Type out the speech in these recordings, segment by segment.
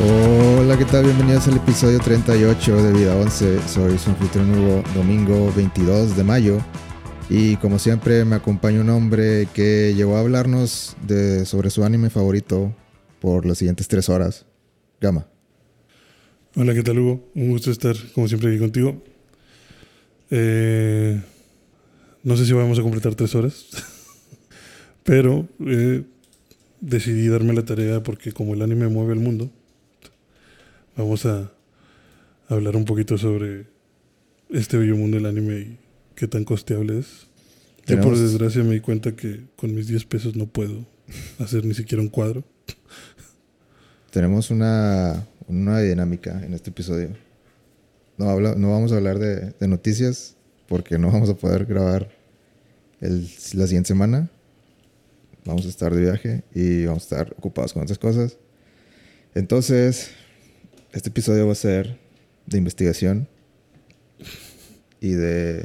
Hola, ¿qué tal? Bienvenidos al episodio 38 de Vida 11. Soy su anfitrión Hugo, domingo 22 de mayo. Y como siempre me acompaña un hombre que llegó a hablarnos sobre su anime favorito por las siguientes 3 horas. Gama. Hola, ¿qué tal, Hugo? Un gusto estar como siempre aquí contigo. No sé si vamos a completar 3 horas, pero decidí darme la tarea porque como el anime mueve el mundo, vamos a hablar un poquito sobre este bello mundo del anime y qué tan costeable es. Yo por desgracia me di cuenta que con mis 10 pesos no puedo hacer ni siquiera un cuadro. Tenemos una dinámica en este episodio. No vamos a hablar de noticias porque no vamos a poder grabar la siguiente semana. Vamos a estar de viaje y vamos a estar ocupados con otras cosas. Entonces, este episodio va a ser de investigación y de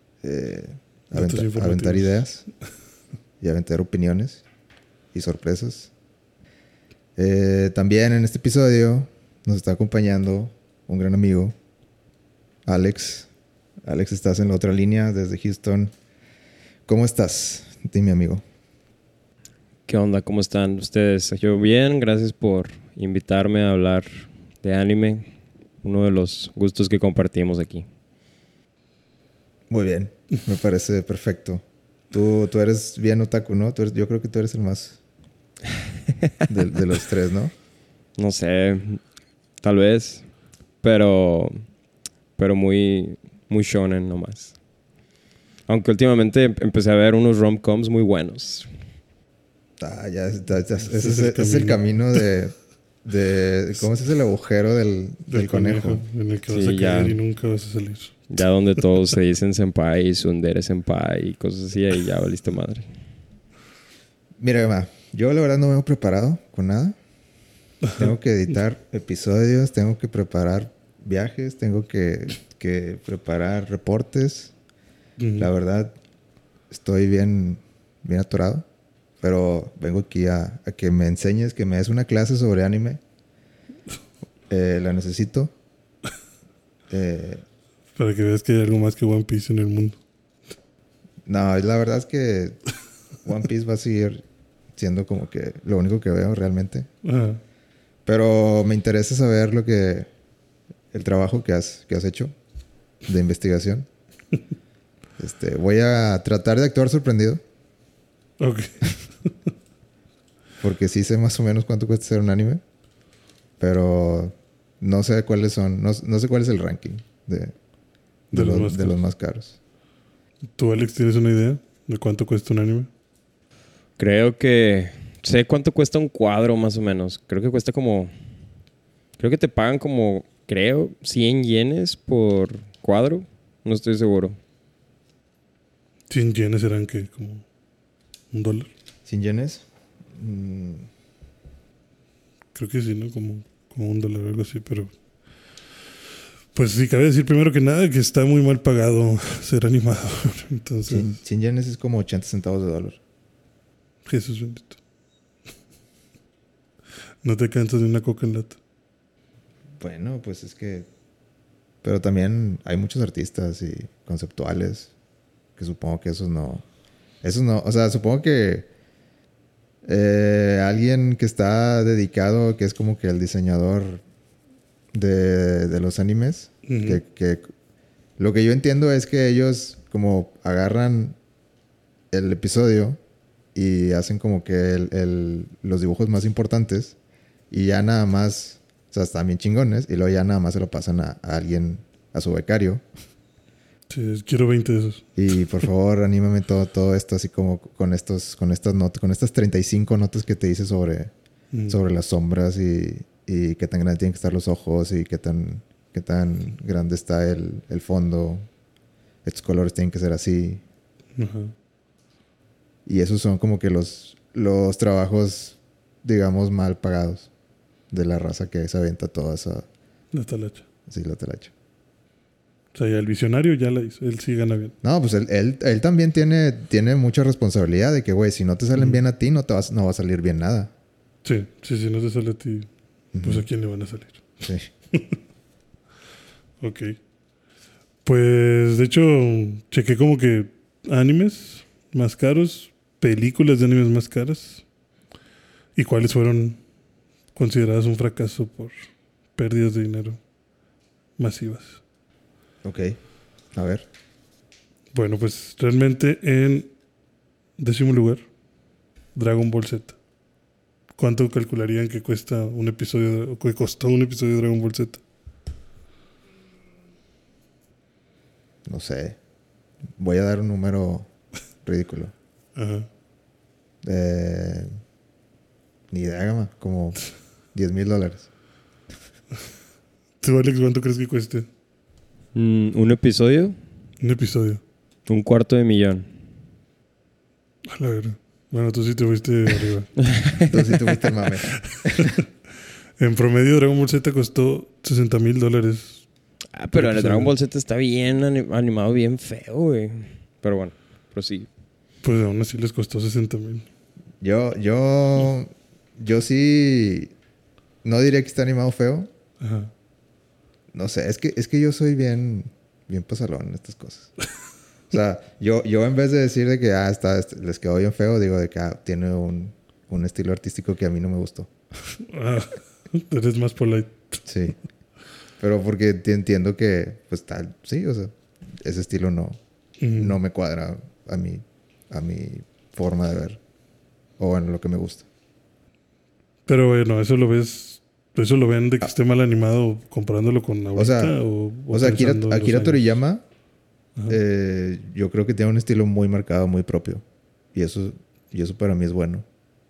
aventar ideas y aventar opiniones y sorpresas. También en este episodio nos está acompañando un gran amigo, Alex. Alex, estás en la otra línea desde Houston. ¿Cómo estás? Dime, amigo. ¿Qué onda? ¿Cómo están ustedes? Yo bien, gracias por invitarme a hablar de anime. Uno de los gustos que compartimos aquí. Muy bien, me parece perfecto. Tú eres bien otaku, ¿no? Yo creo que tú eres el más de los tres, ¿no? No sé, tal vez, pero muy shonen nomás. Aunque últimamente empecé a ver unos rom-coms muy buenos. Ese es el camino de ¿cómo es el agujero del conejo? En el que vas a caer y nunca vas a salir. Ya donde todos se dicen senpai y tsundere senpai y cosas así, ahí ya valiste madre. Mira, Emma, yo la verdad no me he preparado con nada. Tengo que editar episodios, tengo que preparar viajes, tengo que preparar reportes. Uh-huh. La verdad, estoy bien atorado. Pero vengo aquí a que me enseñes, que me des una clase sobre anime. La necesito. Para que veas que hay algo más que One Piece en el mundo. No, la verdad es que One Piece va a seguir siendo como que lo único que veo realmente. Ajá. Pero me interesa saber el trabajo que has hecho de investigación. Voy a tratar de actuar sorprendido. Ok. Porque sí sé más o menos cuánto cuesta hacer un anime. Pero no sé cuáles son. No sé cuál es el ranking de los más caros. ¿Tú, Alex, tienes una idea de cuánto cuesta un anime? Creo que sé cuánto cuesta un cuadro más o menos. Creo que cuesta como... Creo que te pagan como... 100 yenes por cuadro. No estoy seguro. 100 yenes serán ¿qué? Como $1. ¿100 yenes? Creo que sí, ¿no? Como $1 o algo así, pero... Pues sí, cabe decir primero que nada que está muy mal pagado ser animador. Entonces... 100 yenes es como 80 centavos de dólar. Jesús bendito. No te cansas de una coca en lata. Bueno, pues es que... Pero también hay muchos artistas y conceptuales que supongo que esos no... O sea, supongo que alguien que está dedicado, que es como que el diseñador de los animes, uh-huh. que lo que yo entiendo es que ellos como agarran el episodio y hacen como que los dibujos más importantes y ya nada más, o sea, están bien chingones y luego ya nada más se lo pasan a alguien, a su becario. Sí, quiero 20 de esos. Y por favor, anímame todo esto así como con estas notas, con estas 35 notas que te dice sobre las sombras y qué tan grande tienen que estar los ojos y qué tan grande está el fondo. Estos colores tienen que ser así. Uh-huh. Y esos son como que los trabajos, digamos, mal pagados de la raza que se avienta toda esa... La talacha. Sí, la talacha. O sea, ya el visionario ya la hizo. Él sí gana bien. No, pues él también tiene mucha responsabilidad de que, güey, si no te salen bien a ti, no va a salir bien nada. Sí, no te sale a ti. pues a quién le van a salir. Sí. Ok. Pues de hecho, chequé como que animes más caros, películas de animes más caras y cuáles fueron consideradas un fracaso por pérdidas de dinero masivas. Ok. A ver. Bueno, pues realmente en 10º lugar, Dragon Ball Z. ¿Cuánto calcularían que cuesta un episodio, o que costó un episodio de Dragon Ball Z? No sé. Voy a dar un número ridículo. Ajá. Ni idea, gama. Como $10,000. ¿Tú, Alex, cuánto crees que cueste Un episodio, un episodio? $250,000. A la verdad. Bueno, tú sí te fuiste arriba. Entonces sí tuviste el mame. En promedio, Dragon Ball Z costó $60,000. Pero el Dragon Ball Z está bien animado, bien feo, güey. Pero bueno, prosigue. Pues aún así les costó 60,000. Yo sí... No diría que está animado feo. Ajá. No sé, es que yo soy bien pasalón en estas cosas. O sea, yo en vez de decir de que les quedó bien feo, digo de que tiene un estilo artístico que a mí no me gustó. Ah, eres más polite. Sí. Pero porque entiendo que, pues tal, sí, o sea, ese estilo no me cuadra a mi forma de ver. O bueno, lo que me gusta. Pero bueno, eso lo ven de que esté mal animado comparándolo con ahorita o sea, pensando en los Akira años. Toriyama, yo creo que tiene un estilo muy marcado, muy propio. Y eso para mí es bueno.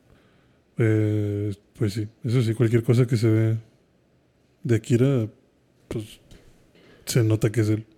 Pues sí, eso sí, cualquier cosa que se ve de Akira, pues se nota que es él.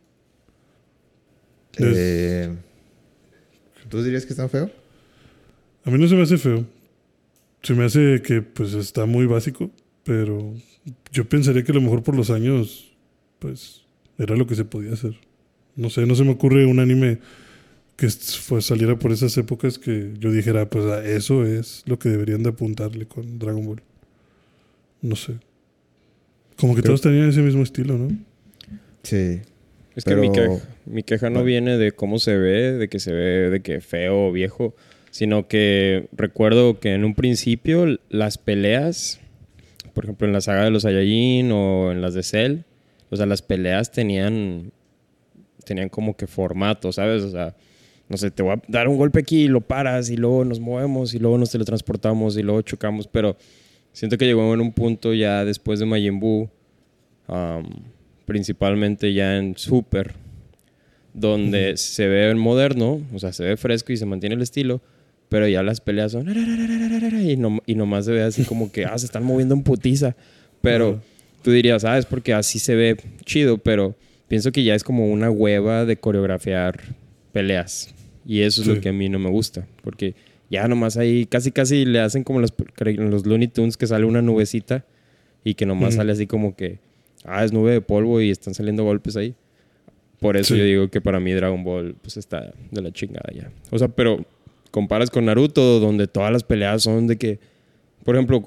¿Tú dirías que está feo? A mí no se me hace feo. Se me hace que pues está muy básico, pero yo pensaría que a lo mejor por los años, pues era lo que se podía hacer. No sé, no se me ocurre un anime que saliera por esas épocas que yo dijera, pues eso es lo que deberían de apuntarle con Dragon Ball. No sé. Como que todos tenían ese mismo estilo, ¿no? Sí. Es que mi queja no viene de cómo se ve, de que se ve de que feo o viejo, sino que recuerdo que en un principio las peleas, por ejemplo en la saga de los Saiyajin o en las de Cell, o sea, las peleas tenían como que formato, ¿sabes? O sea, no sé, te voy a dar un golpe aquí y lo paras y luego nos movemos y luego nos teletransportamos y luego chocamos, pero siento que llegó en un punto ya después de Majin Buu, principalmente ya en Super, donde se ve moderno, o sea, se ve fresco y se mantiene el estilo, pero ya las peleas son y nomás se ve así como que se están moviendo en putiza, pero tú dirías, es porque así se ve chido, pero pienso que ya es como una hueva de coreografiar peleas y eso es lo que a mí no me gusta, porque ya nomás ahí casi le hacen como los Looney Tunes, que sale una nubecita y que nomás sale así como que es nube de polvo y están saliendo golpes ahí. Por eso yo digo que para mí Dragon Ball pues está de la chingada ya. O sea, pero comparas con Naruto, donde todas las peleas son de que, por ejemplo,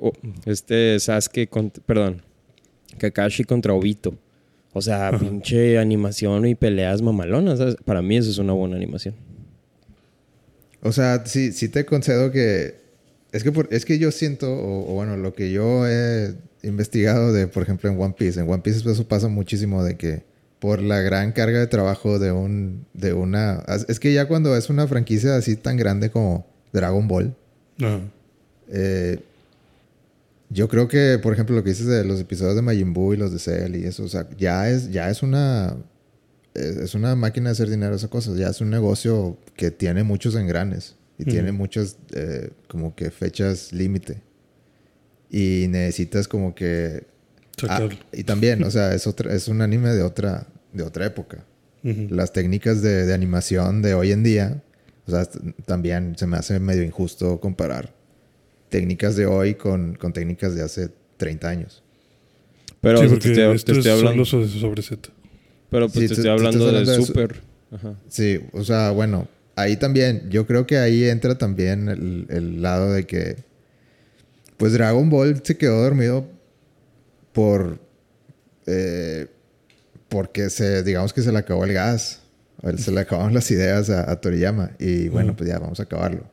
Kakashi contra Obito. O sea, pinche animación y peleas mamalonas, ¿sabes? Para mí eso es una buena animación. O sea, sí te concedo que... Es que yo siento, o bueno, lo que yo he investigado de, por ejemplo, en One Piece. En One Piece eso pasa muchísimo de que por la gran carga de trabajo de una... Es que ya cuando es una franquicia así tan grande como Dragon Ball, yo creo que, por ejemplo, lo que dices de los episodios de Majin Buu y los de Cell y eso, o sea, ya es una máquina de hacer dinero esa cosa. Ya es un negocio que tiene muchos engranes y tiene muchas como que fechas límite. Y necesitas como que... y también, o sea, es un anime de otra época. Las técnicas de animación de hoy en día, o sea, también se me hace medio injusto comparar técnicas de hoy con técnicas de hace 30 años. Pero sí, porque te estoy hablando sobre Z. Pero pues te estoy hablando de Super. Ajá. Sí, o sea, bueno, ahí también, yo creo que ahí entra también el lado de que pues Dragon Ball se quedó dormido por porque digamos que se le acabó el gas, se le acabaron las ideas a Toriyama y bueno, pues ya vamos a acabarlo.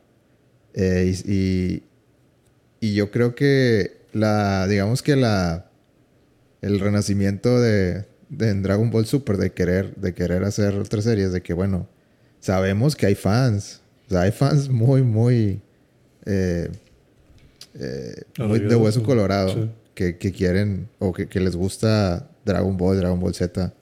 Y yo creo que digamos que el renacimiento de Dragon Ball Super de querer hacer otras series, de que bueno, sabemos que hay fans, o sea, hay fans muy de hueso colorado, sí, que quieren o que les gusta Dragon Ball Z.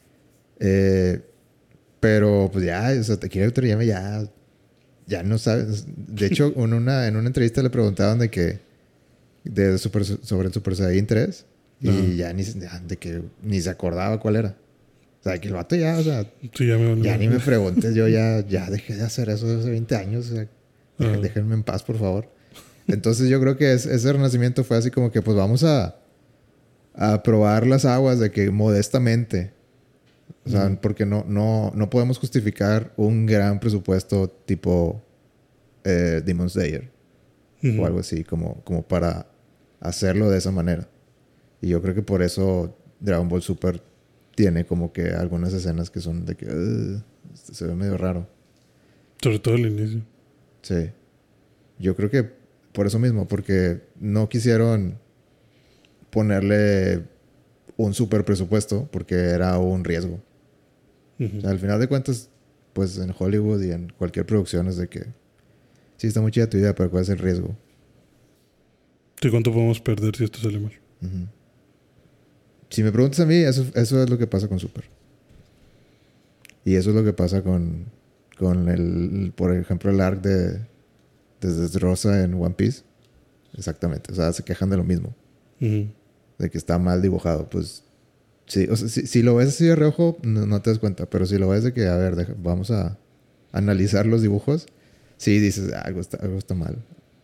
Pero pues ya, o sea, Akira Toriyama ya no sabes. De hecho, en una entrevista le preguntaban sobre el Super Saiyan 3 y de que ni se acordaba cuál era. O sea, que el vato ya, o sea, sí, ya ni me preguntes, yo ya dejé de hacer eso hace 20 años. O sea, déjenme en paz, por favor. Entonces yo creo que ese renacimiento fue así como que pues vamos a probar las aguas de que modestamente. O sea, porque no podemos justificar un gran presupuesto tipo Demon Slayer o algo así, como para hacerlo de esa manera. Y yo creo que por eso Dragon Ball Super tiene como que algunas escenas que son de que se ve medio raro. Sobre todo al inicio. Sí. Yo creo que por eso mismo, porque no quisieron ponerle un super presupuesto porque era un riesgo. O sea, al final de cuentas, pues en Hollywood y en cualquier producción es de que sí está muy chida tu idea, pero ¿cuál es el riesgo? Sí, ¿cuánto podemos perder si esto sale mal? Si me preguntas a mí, eso es lo que pasa con Super. Y eso es lo que pasa con por ejemplo, el arc de Dressrosa en One Piece. Exactamente. O sea, se quejan de lo mismo. De que está mal dibujado. Pues sí, o sea, si lo ves así de reojo, no te das cuenta. Pero si lo ves de que, a ver, vamos a analizar los dibujos, sí dices, algo está mal.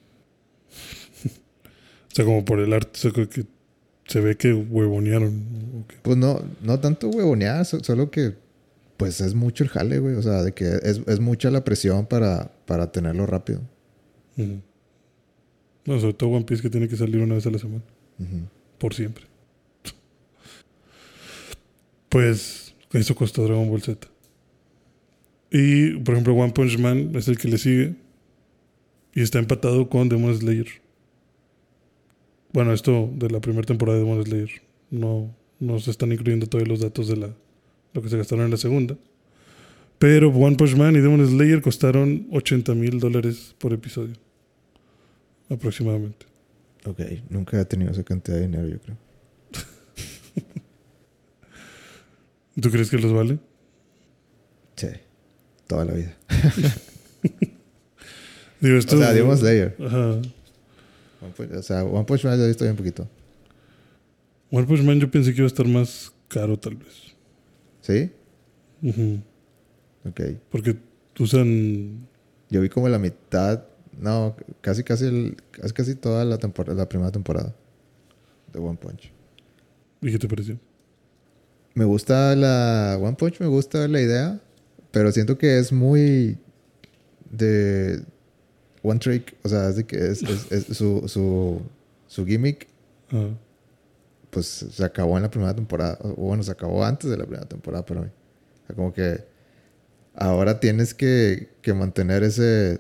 O sea, como por el arte, o sea, que se ve que huevonearon. Okay. Pues no tanto huevonear, solo que pues es mucho el jale, güey. O sea, de que es mucha la presión para tenerlo rápido. No, sobre todo One Piece que tiene que salir una vez a la semana. Por siempre. Pues eso costó Dragon Ball Z. Y, por ejemplo, One Punch Man es el que le sigue. Y está empatado con Demon Slayer. Bueno, esto de la primera temporada de Demon Slayer. No se están incluyendo todos los datos de lo que se gastaron en la segunda. Pero One Punch Man y Demon Slayer costaron $80,000 por episodio. Aproximadamente. Ok, nunca he tenido esa cantidad de dinero, yo creo. ¿Tú crees que los vale? Sí, toda la vida. Digo, esto, o sea, Demon Slayer. Ajá. O sea, One Punch Man ya he visto bien poquito. One Punch Man yo pensé que iba a estar más caro, tal vez. ¿Sí? Ok. Porque usan... Yo vi como la mitad... No, casi toda la primera temporada de One Punch. ¿Y qué te pareció? Me gusta One Punch, me gusta la idea, pero siento que es muy de one trick, o sea, es de que es su gimmick, pues se acabó en la primera temporada, o bueno, se acabó antes de la primera temporada para mí. O sea, como que ahora tienes que mantener ese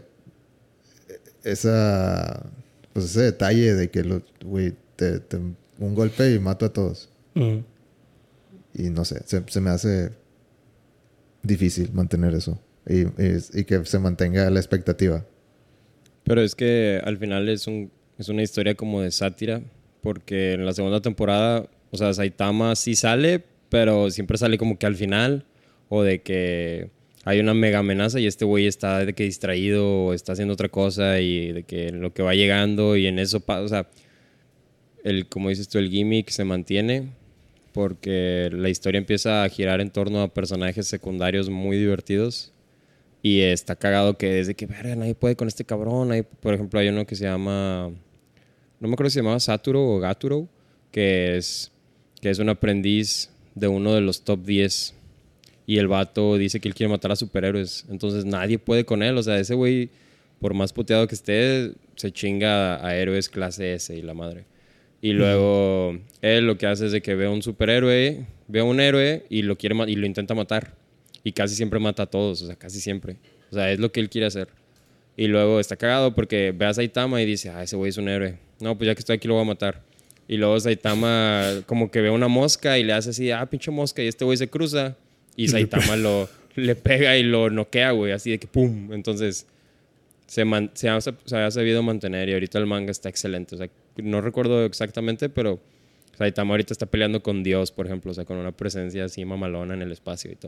detalle de que un golpe y mato a todos. Y no sé, se me hace difícil mantener eso. Y que se mantenga la expectativa. Pero es que al final es una historia como de sátira. Porque en la segunda temporada, o sea, Saitama sí sale, pero siempre sale como que al final. O de que hay una mega amenaza y este güey está de que distraído o está haciendo otra cosa. Y de que lo que va llegando y en eso pasa. O sea, como dices tú, el gimmick se mantiene. Porque la historia empieza a girar en torno a personajes secundarios muy divertidos. Y está cagado que desde que, verga, nadie puede con este cabrón. Por ejemplo, hay uno que se llama... No me acuerdo si se llamaba Satoru o Gaturo. Que es un aprendiz de uno de los top 10. Y el vato dice que él quiere matar a superhéroes. Entonces nadie puede con él. O sea, ese güey, por más puteado que esté, se chinga a héroes clase S y la madre. Y luego él lo que hace es de que ve a un superhéroe, ve a un héroe y lo quiere y lo intenta matar. Y casi siempre mata a todos, o sea, casi siempre. O sea, es lo que él quiere hacer. Y luego está cagado porque ve a Saitama y dice, ese güey es un héroe. No, pues ya que estoy aquí lo voy a matar. Y luego Saitama como que ve una mosca y le hace así, pinche mosca. Y este güey se cruza y Saitama le pega y lo noquea, güey. Así de que pum. Entonces se ha sabido mantener y ahorita el manga está excelente. O sea, no recuerdo exactamente, pero Saitama ahorita está peleando con Dios, por ejemplo. O sea, con una presencia así mamalona en el espacio y todo.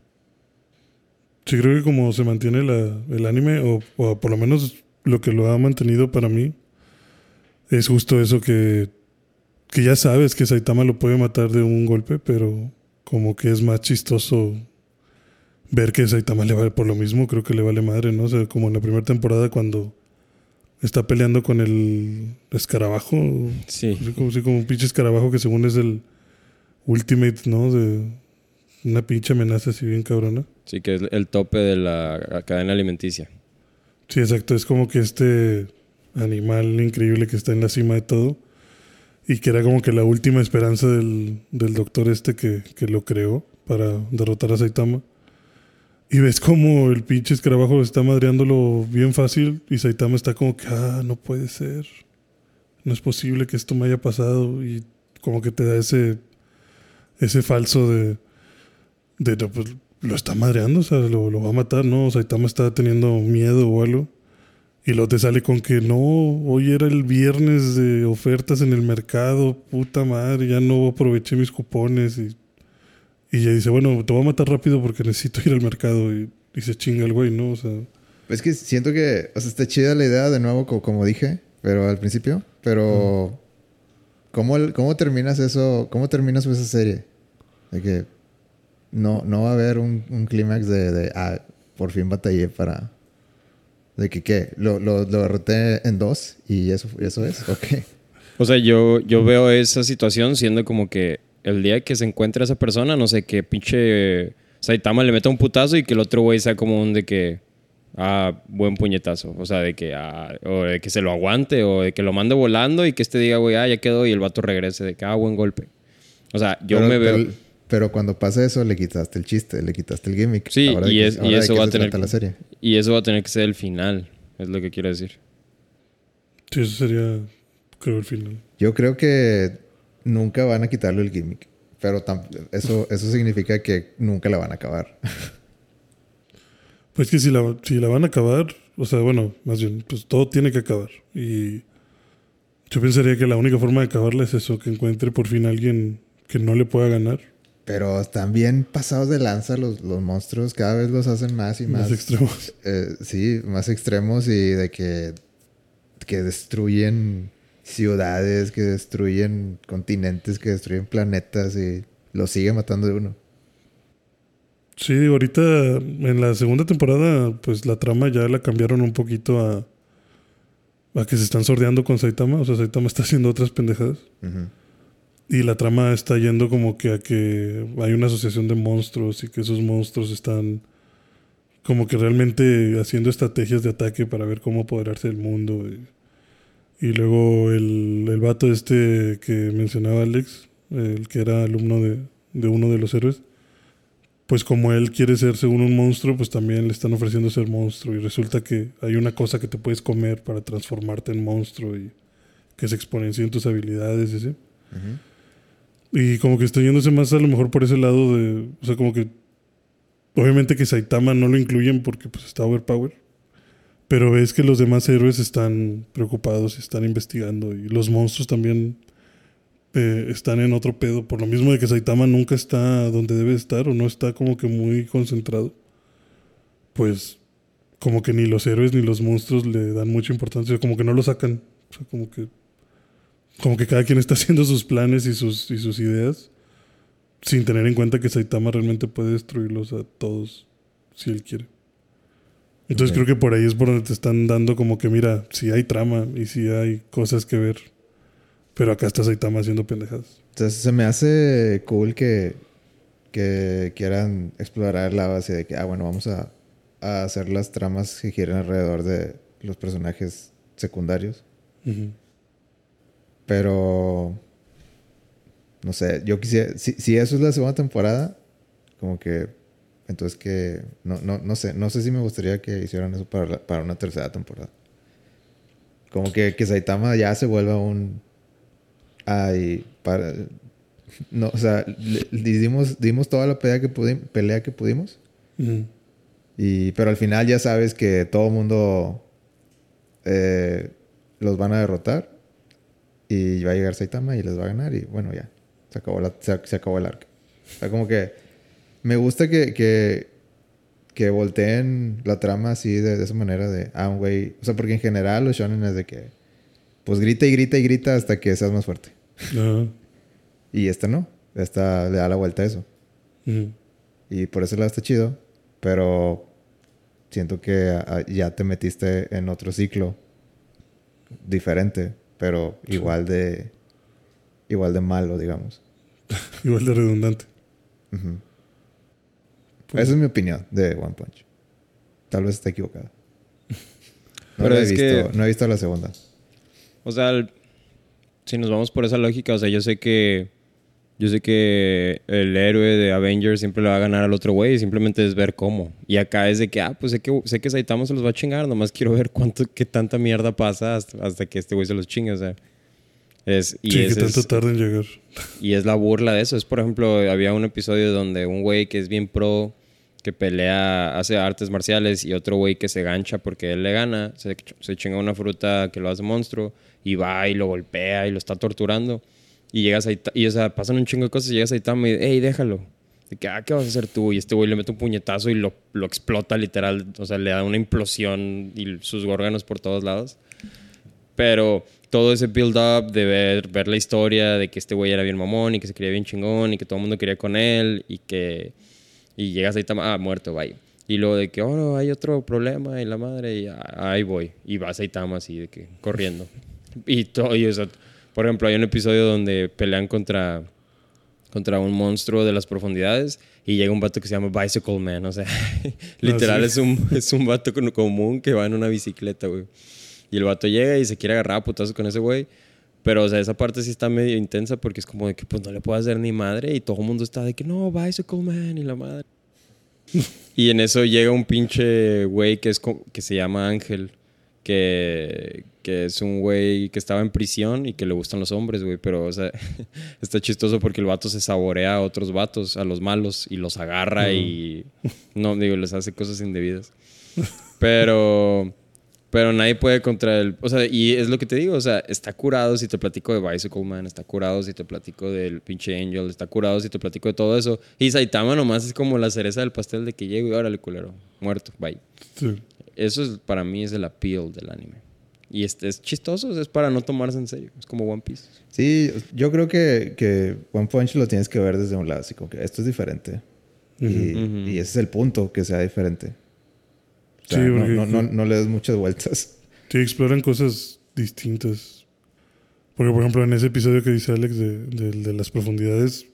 Sí, creo que como se mantiene el anime, o por lo menos lo que lo ha mantenido para mí, es justo eso que ya sabes que Saitama lo puede matar de un golpe, pero como que es más chistoso ver que Saitama le vale por lo mismo, creo que le vale madre, ¿no? O sea, como en la primera temporada cuando está peleando con el escarabajo. Sí. Como un pinche escarabajo que según es el ultimate, ¿no? De una pinche amenaza así bien cabrona. Sí, que es el tope de la cadena alimenticia. Sí, exacto. Es como que este animal increíble que está en la cima de todo y que era como que la última esperanza del doctor que lo creó para derrotar a Saitama. Y ves como el pinche escarabajo está madreándolo bien fácil y Saitama está como que, no puede ser. No es posible que esto me haya pasado. Y como que te da ese falso de no, pues lo está madreando, o sea, lo va a matar, ¿no? Saitama está teniendo miedo o algo. Y luego te sale con que no, hoy era el viernes de ofertas en el mercado, puta madre, ya no aproveché mis cupones. Y ella dice, bueno, te voy a matar rápido porque necesito ir al mercado. Y se chinga el güey, ¿no? O sea... Es que siento que, o sea, está chida la idea de nuevo, como dije, pero al principio. Pero, ¿cómo terminas eso? ¿Cómo terminas esa serie? De que no va a haber un clímax de por fin batallé para... De que, ¿qué? Lo derroté en 2 y eso es, ¿ok? O sea, yo veo esa situación siendo como que el día que se encuentre esa persona, no sé, que pinche Saitama le meta un putazo y que el otro güey sea como un de que, buen puñetazo. O sea, de que, o de que se lo aguante o de que lo mande volando y que este diga, güey, ya quedó y el vato regrese de que, buen golpe. O sea, me veo... Pero cuando pasa eso, le quitaste el chiste, le quitaste el gimmick. Sí, y eso va a tener la serie. Y eso va a tener que ser el final, es lo que quiero decir. Sí, eso sería, creo, el final. Yo creo que nunca van a quitarle el gimmick. Pero eso significa que nunca la van a acabar. Pues que si la van a acabar, o sea, bueno, más bien, pues todo tiene que acabar. Y yo pensaría que la única forma de acabarla es eso, que encuentre por fin a alguien que no le pueda ganar. Pero están bien pasados de lanza los monstruos. Cada vez los hacen más y más... Más extremos. Sí, más extremos y de que destruyen ciudades, que destruyen continentes, que destruyen planetas y los sigue matando de uno. Sí, ahorita en la segunda temporada, pues la trama ya la cambiaron un poquito a que se están sordeando con Saitama. O sea, Saitama está haciendo otras pendejadas. Uh-huh. Y la trama está yendo como que a que hay una asociación de monstruos y que esos monstruos están como que realmente haciendo estrategias de ataque para ver cómo apoderarse del mundo. Y luego el vato que mencionaba Alex, el que era alumno de uno de los héroes, pues como él quiere ser según un monstruo, pues también le están ofreciendo ser monstruo. Y resulta que hay una cosa que te puedes comer para transformarte en monstruo y que se exponencien tus habilidades y así. Uh-huh. Y como que está yéndose más a lo mejor por ese lado de... O sea, como que... Obviamente que Saitama no lo incluyen porque pues está overpower. Pero ves que los demás héroes están preocupados y están investigando. Y los monstruos también están en otro pedo. Por lo mismo de que Saitama nunca está donde debe estar o no está como que muy concentrado. Pues como que ni los héroes ni los monstruos le dan mucha importancia. Como que no lo sacan. O sea, como que cada quien está haciendo sus planes y sus ideas sin tener en cuenta que Saitama realmente puede destruirlos a todos si él quiere. Entonces creo que por ahí es por donde te están dando como que mira, sí hay trama y sí hay cosas que ver, pero acá está Saitama haciendo pendejadas. Entonces se me hace cool que quieran explorar la base de que, bueno, vamos a hacer las tramas que giran alrededor de los personajes secundarios. Uh-huh. Pero no sé, yo quisiera... Si eso es la segunda temporada, como que... Entonces que... No sé. No sé si me gustaría que hicieran eso para una tercera temporada. Como que Saitama ya se vuelva un... Ay, no, o sea, dimos toda la pelea que pudimos. Ujú. Pero al final ya sabes que todo el mundo los van a derrotar. Y va a llegar Saitama y les va a ganar. Y bueno, ya. Se acabó el arco. O sea, como que me gusta que volteen la trama así de esa manera de... un güey... O sea, porque en general los shonen es de que... Pues grita y grita y grita hasta que seas más fuerte. Ajá. Y esta no. Esta le da la vuelta a eso. Ujú. Y por ese lado está chido. Pero siento que ya te metiste en otro ciclo diferente. Pero igual de malo, digamos. Igual de redundante. Ujú. Pues, Esa es mi opinión de One Punch. Tal vez esté equivocada. No Pero la he es visto. que- No he visto la segunda. O sea, si nos vamos por esa lógica, o sea, yo sé que el héroe de Avengers siempre le va a ganar al otro güey, simplemente es ver cómo. Y acá es de que, pues sé que Saitama se los va a chingar, nomás quiero ver qué tanta mierda pasa hasta que este güey se los chingue, o sea. sí, que tanto tarda en llegar. Y es la burla de eso. Es, por ejemplo, había un episodio donde un güey que es bien pro, que pelea, hace artes marciales, y otro güey que se gancha porque él le gana, se chinga una fruta que lo hace monstruo, y va y lo golpea y lo está torturando. Y llegas ahí, y o sea, pasan un chingo de cosas, y llegas ahí y hey, déjalo. De que, ¿qué vas a hacer tú? Y este güey le mete un puñetazo y lo explota literal. O sea, le da una implosión y sus órganos por todos lados. Pero todo ese build-up de ver la historia de que este güey era bien mamón y que se creía bien chingón y que todo el mundo quería con él y llegas ahí, muerto, bye. Y luego de que, hay otro problema y la madre, y ahí voy. Y vas a Saitama así, de que corriendo. O sea, por ejemplo, hay un episodio donde pelean contra un monstruo de las profundidades y llega un vato que se llama Bicycle Man. O sea, literal sí. es un vato común que va en una bicicleta, güey. Y el vato llega y se quiere agarrar a putazos con ese güey. Pero, o sea, esa parte sí está medio intensa porque es como de que pues no le puedo hacer ni madre y todo el mundo está de que no, Bicycle Man y la madre. Y en eso llega un pinche güey que se llama Ángel, que es un güey que estaba en prisión y que le gustan los hombres, güey. Pero, o sea, está chistoso porque el vato se saborea a otros vatos, a los malos, y los agarra y... No, digo, les hace cosas indebidas. Pero nadie puede contra él. O sea, y es lo que te digo. O sea, está curado si te platico de Bicycle Man. Está curado si te platico del pinche Angel. Está curado si te platico de todo eso. Y Saitama nomás es como la cereza del pastel de que llego y órale, culero. Muerto, bye. Sí. Eso para mí es el appeal del anime. Y es chistoso. Es para no tomarse en serio. Es como One Piece. Sí, yo creo que One Punch lo tienes que ver desde un lado. Así como que esto es diferente. Y ese es el punto, que sea diferente. O sea, Sí, porque no le des muchas vueltas. sí, exploran cosas distintas. Porque, por ejemplo, en ese episodio que dice Alex de las profundidades,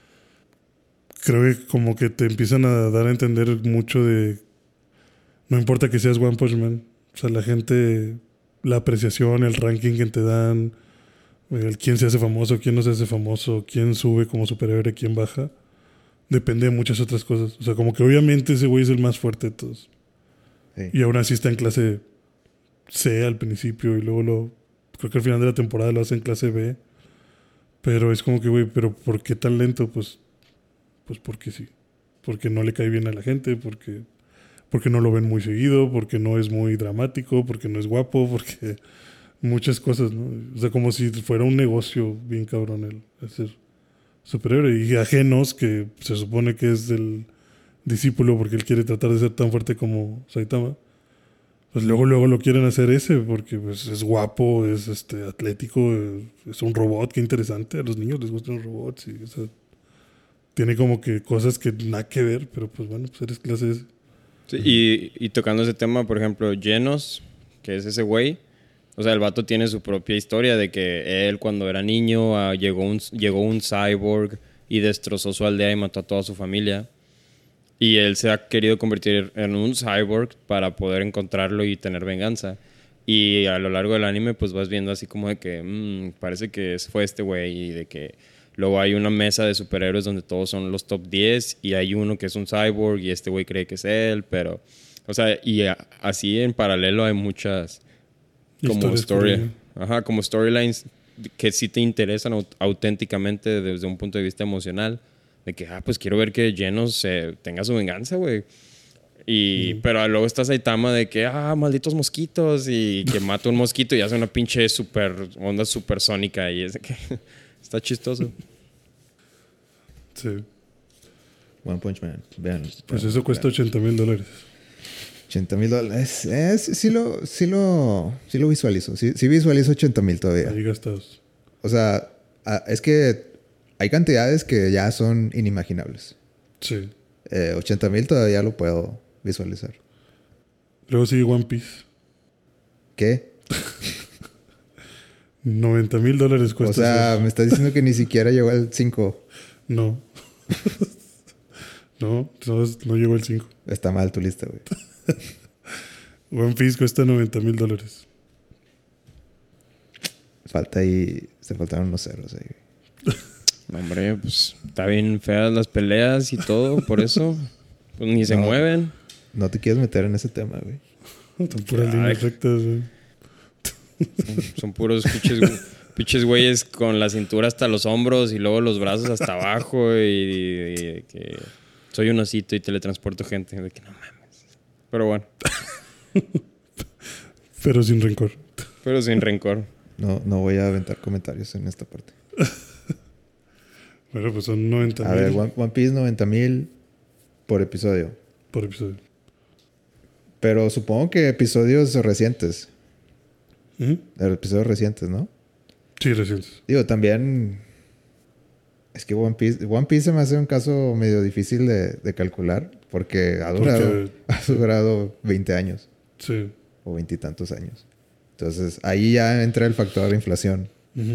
creo que como que te empiezan a dar a entender mucho de... No importa que seas One Punch Man. O sea, la gente, la apreciación, el ranking que te dan, el quién se hace famoso, quién no se hace famoso, quién sube como superhéroe, quién baja, depende de muchas otras cosas. O sea, como que obviamente ese güey es el más fuerte de todos. Sí. Y aún así está en clase C al principio y luego creo que al final de la temporada lo hace en clase B. Pero es como que, güey, ¿pero por qué tan lento? Pues porque sí. Porque no le cae bien a la gente, porque no lo ven muy seguido, porque no es muy dramático, porque no es guapo, porque muchas cosas, ¿no? O sea, como si fuera un negocio bien cabrón el ser superhéroe. Y ajenos, que se supone que es del discípulo porque él quiere tratar de ser tan fuerte como Saitama. Pues luego lo quieren hacer ese porque pues es guapo, es atlético, es un robot, qué interesante. A los niños les gustan los robots y o sea, tiene como que cosas que nada que ver, pero pues bueno, pues eres clase S. Sí, y tocando ese tema, por ejemplo, Genos, que es ese güey. O sea, el vato tiene su propia historia de que él cuando era niño llegó un cyborg y destrozó su aldea y mató a toda su familia. Y él se ha querido convertir en un cyborg para poder encontrarlo y tener venganza. Y a lo largo del anime pues vas viendo así como de que parece que fue este güey y de que Luego hay una mesa de superhéroes donde todos son los top 10 y hay uno que es un cyborg y este güey cree que es él, pero... O sea, así en paralelo hay muchas como como storylines que sí te interesan auténticamente desde un punto de vista emocional. De que, pues quiero ver que Genos tenga su venganza, güey. Pero luego está Saitama de que, malditos mosquitos, y que mata un mosquito y hace una pinche onda supersónica y es de que está chistoso. Sí. One Punch Man, vean. Pues eso cuesta $80,000. $80,000. Sí lo visualizo. Sí visualizo 80,000 todavía. Ahí gastados. O sea, es que hay cantidades que ya son inimaginables. Sí. 80,000 todavía lo puedo visualizar. Luego sigue One Piece. ¿Qué? $90,000 cuesta. O sea, me estás diciendo que ni siquiera llegó al 5. No. No llegó al 5. Está mal tu lista, güey. One Piece cuesta $90,000. Se faltaron unos ceros ahí. Hombre, pues está bien feas las peleas y todo, por eso. Pues ni se mueven. No te quieres meter en ese tema, güey. Son puras líneas rectas, güey. Son puros pinches güeyes con la cintura hasta los hombros y luego los brazos hasta abajo y que soy un osito y teletransporto gente. De que no mames. Pero bueno. Pero sin rencor. No voy a aventar comentarios en esta parte. Bueno, pues son 90,000. A ver, One Piece 90,000 por episodio. Por episodio. Pero supongo que episodios recientes. Episodios recientes, ¿no? Sí, recientes. Digo, también... Es que One Piece se me hace un caso medio difícil de calcular. Porque ha durado 20 años. Sí. O 20 y tantos años. Entonces, ahí ya entra el factor de inflación.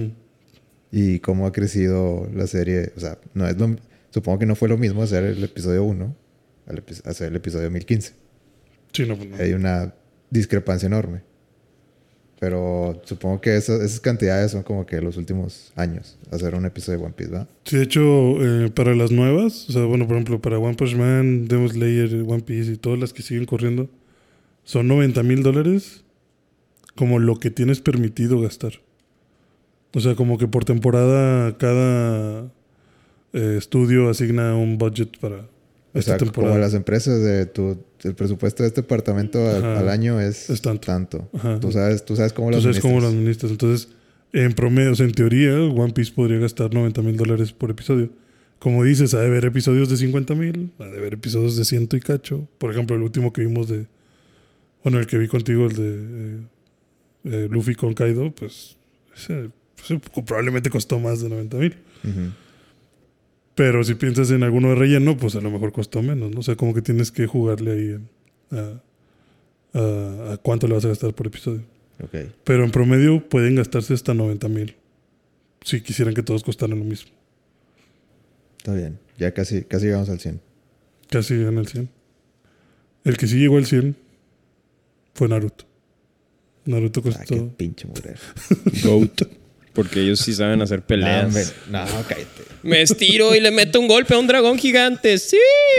Y cómo ha crecido la serie. O sea, supongo que no fue lo mismo hacer el episodio 1 hacer el episodio 1015. Sí, no, pues no. Hay una discrepancia enorme. Pero supongo que esas cantidades son como que los últimos años. Hacer un episodio de One Piece, ¿verdad? Sí, de hecho, para las nuevas, o sea, bueno, por ejemplo, para One Punch Man, Demon Slayer, One Piece y todas las que siguen corriendo, son $90,000 como lo que tienes permitido gastar. O sea, como que por temporada cada estudio asigna un budget para esta temporada. Como las empresas, el presupuesto de este departamento al año es tanto. Tú sabes cómo lo administras. Entonces, en promedio, o sea, en teoría, One Piece podría gastar $90,000 por episodio. Como dices, ha de haber episodios de 50,000, ha de haber episodios de 100 y cacho. Por ejemplo, el último que vimos el que vi contigo, el de Luffy con Kaido, pues ese probablemente costó más de 90,000. Pero si piensas en alguno de relleno, pues a lo mejor costó menos, ¿no? O sea, como que tienes que jugarle ahí a cuánto le vas a gastar por episodio. Okay. Pero en promedio pueden gastarse hasta 90,000 si quisieran que todos costaran lo mismo. Está bien. Ya casi llegamos al 100. Casi llegan al 100. El que sí llegó al 100 fue Naruto. Naruto costó... qué pinche mujer. Goat. Porque ellos sí saben hacer peleas. No, cállate. Me estiro y le meto un golpe a un dragón gigante. ¡Sí!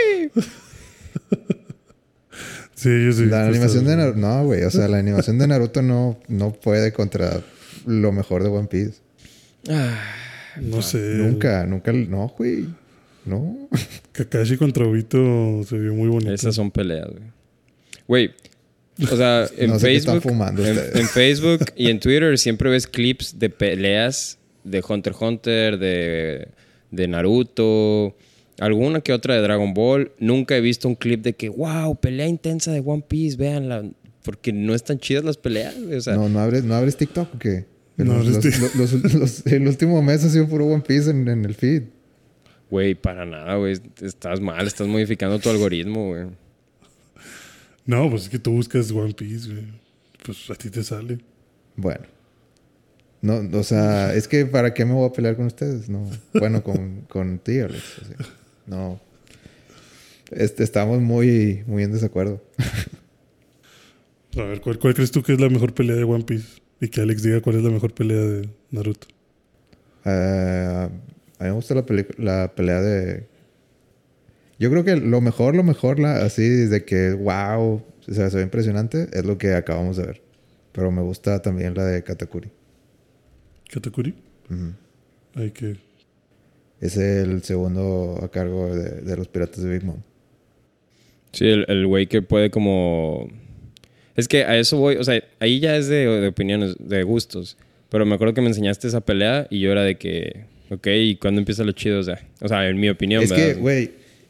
Sí, yo sí. La animación de Naruto... No, güey. O sea, la animación de Naruto no puede contra lo mejor de One Piece. No sé. Nunca. No, güey. No. Kakashi contra Obito se vio muy bonito. Esas son peleas, güey. Güey, o sea, no sé en Facebook y en Twitter siempre ves clips de peleas de Hunter x Hunter, de Naruto, alguna que otra de Dragon Ball. Nunca he visto un clip de que, wow, pelea intensa de One Piece, véanla. Porque no están chidas las peleas, güey. O sea, ¿No abres TikTok o qué? No, el último mes ha sido puro One Piece en el feed. Güey, para nada, güey. Estás mal, estás modificando tu algoritmo, güey. No, pues es que tú buscas One Piece, güey. Pues a ti te sale. Bueno. No, o sea, es que ¿para qué me voy a pelear con ustedes? No. Bueno, con ti, Alex. O sea, no. Estamos muy en desacuerdo. A ver, ¿cuál crees tú que es la mejor pelea de One Piece? Y que Alex diga cuál es la mejor pelea de Naruto. A A mí me gusta la pelea de... Yo creo que lo mejor, así de que wow, o sea, se ve impresionante, es lo que acabamos de ver. Pero me gusta también la de Katakuri. ¿Katakuri? Ujú. Hay que... Es el segundo a cargo de los piratas de Big Mom. Sí, el güey que puede como... Es que a eso voy, o sea, ahí ya es de opiniones, de gustos. Pero me acuerdo que me enseñaste esa pelea y yo era de que, ok, ¿y cuándo empieza lo chido? O sea en mi opinión, Es ¿verdad? que, güey...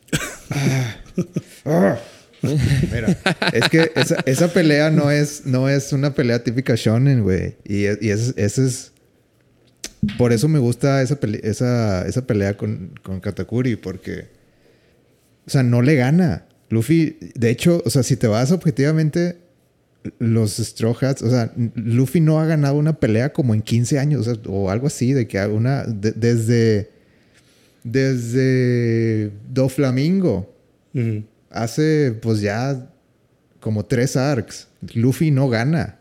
Mira, es que esa pelea no es una pelea típica shonen, güey. Y ese es... Por eso me gusta esa pelea con Katakuri, porque... O sea, no le gana. Luffy, de hecho, o sea, si te vas objetivamente, los Straw Hats, o sea, Luffy no ha ganado una pelea como en 15 años, o sea, o algo así, de que desde Doflamingo, hace pues ya como 3 arcs, Luffy no gana.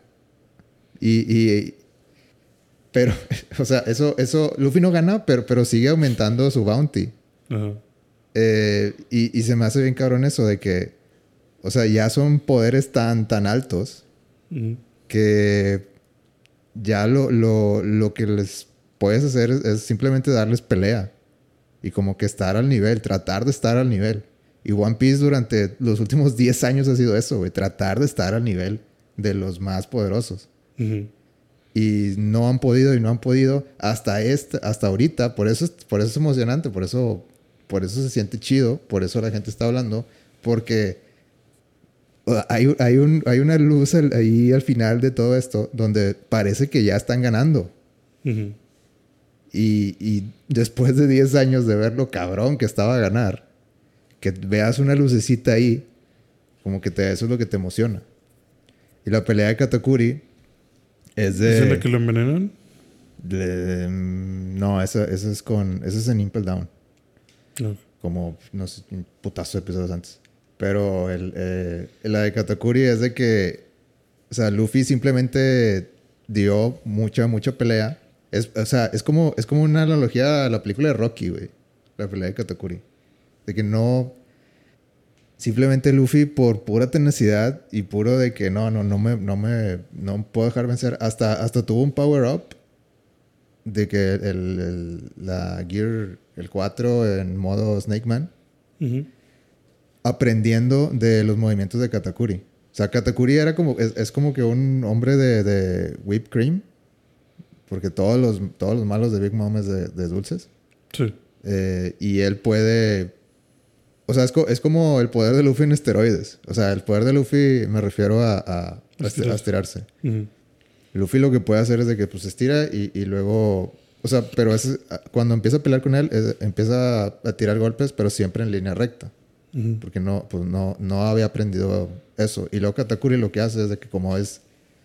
Pero, o sea, eso, Luffy no gana, pero sigue aumentando su bounty. Ajá. Y se me hace bien cabrón eso de que, o sea, ya son poderes tan altos que ya lo que les puedes hacer es simplemente darles pelea. Y como que estar al nivel, tratar de estar al nivel. Y One Piece durante los últimos 10 años ha sido eso, güey. Tratar de estar al nivel de los más poderosos. Y no han podido hasta ahorita. Por eso es emocionante, por eso se siente chido, por eso la gente está hablando, porque hay una luz ahí al final de todo esto donde parece que ya están ganando. Y después de 10 años de ver lo cabrón que estaba a ganar, que veas una lucecita ahí, como que eso es lo que te emociona. Y la pelea de Katakuri es de... ¿Es la que lo envenenan? No, esa es en Impel Down. No. Como, no sé, un putazo de episodios antes. Pero la de Katakuri es de que... O sea, Luffy simplemente dio mucha pelea. O sea, es como una analogía a la película de Rocky, güey. La pelea de Katakuri. De que no... Simplemente Luffy, por pura tenacidad y puro de que no puedo dejar vencer. Hasta tuvo un power-up de que la Gear, el 4 en modo Snake Man, aprendiendo de los movimientos de Katakuri. O sea, Katakuri era como... Es como que un hombre de whipped cream. Porque todos los malos de Big Mom es de dulces. Sí. Y él puede... O sea, es como el poder de Luffy en esteroides. O sea, el poder de Luffy me refiero a estirarse. Luffy lo que puede hacer es de que pues estira y luego... O sea, pero cuando empieza a pelear con él, empieza a tirar golpes, pero siempre en línea recta. Porque no había aprendido eso. Y luego Katakuri lo que hace es de que como es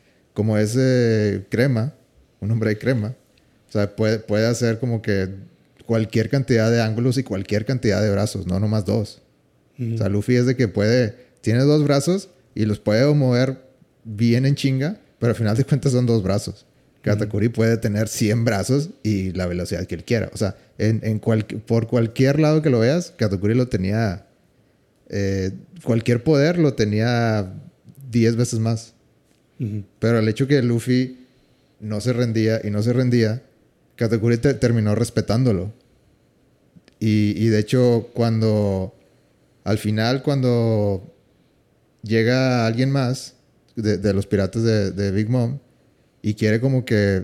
crema, un hombre de crema, o sea, puede hacer como que cualquier cantidad de ángulos y cualquier cantidad de brazos, no nomás 2. O sea, Luffy es de que tiene 2 brazos y los puede mover bien en chinga, pero al final de cuentas son 2 brazos. Katakuri puede tener 100 brazos y la velocidad que él quiera. O sea, por cualquier lado que lo veas, Katakuri lo tenía... cualquier poder lo tenía 10 veces más. Pero el hecho que Luffy no se rendía, Katakuri terminó respetándolo. Y de hecho, al final, cuando llega alguien más de los piratas de Big Mom y quiere como que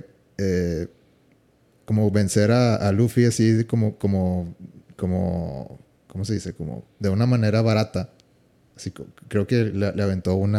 como vencer a Luffy así como ¿cómo se dice? Como de una manera barata. Así, creo que le aventó un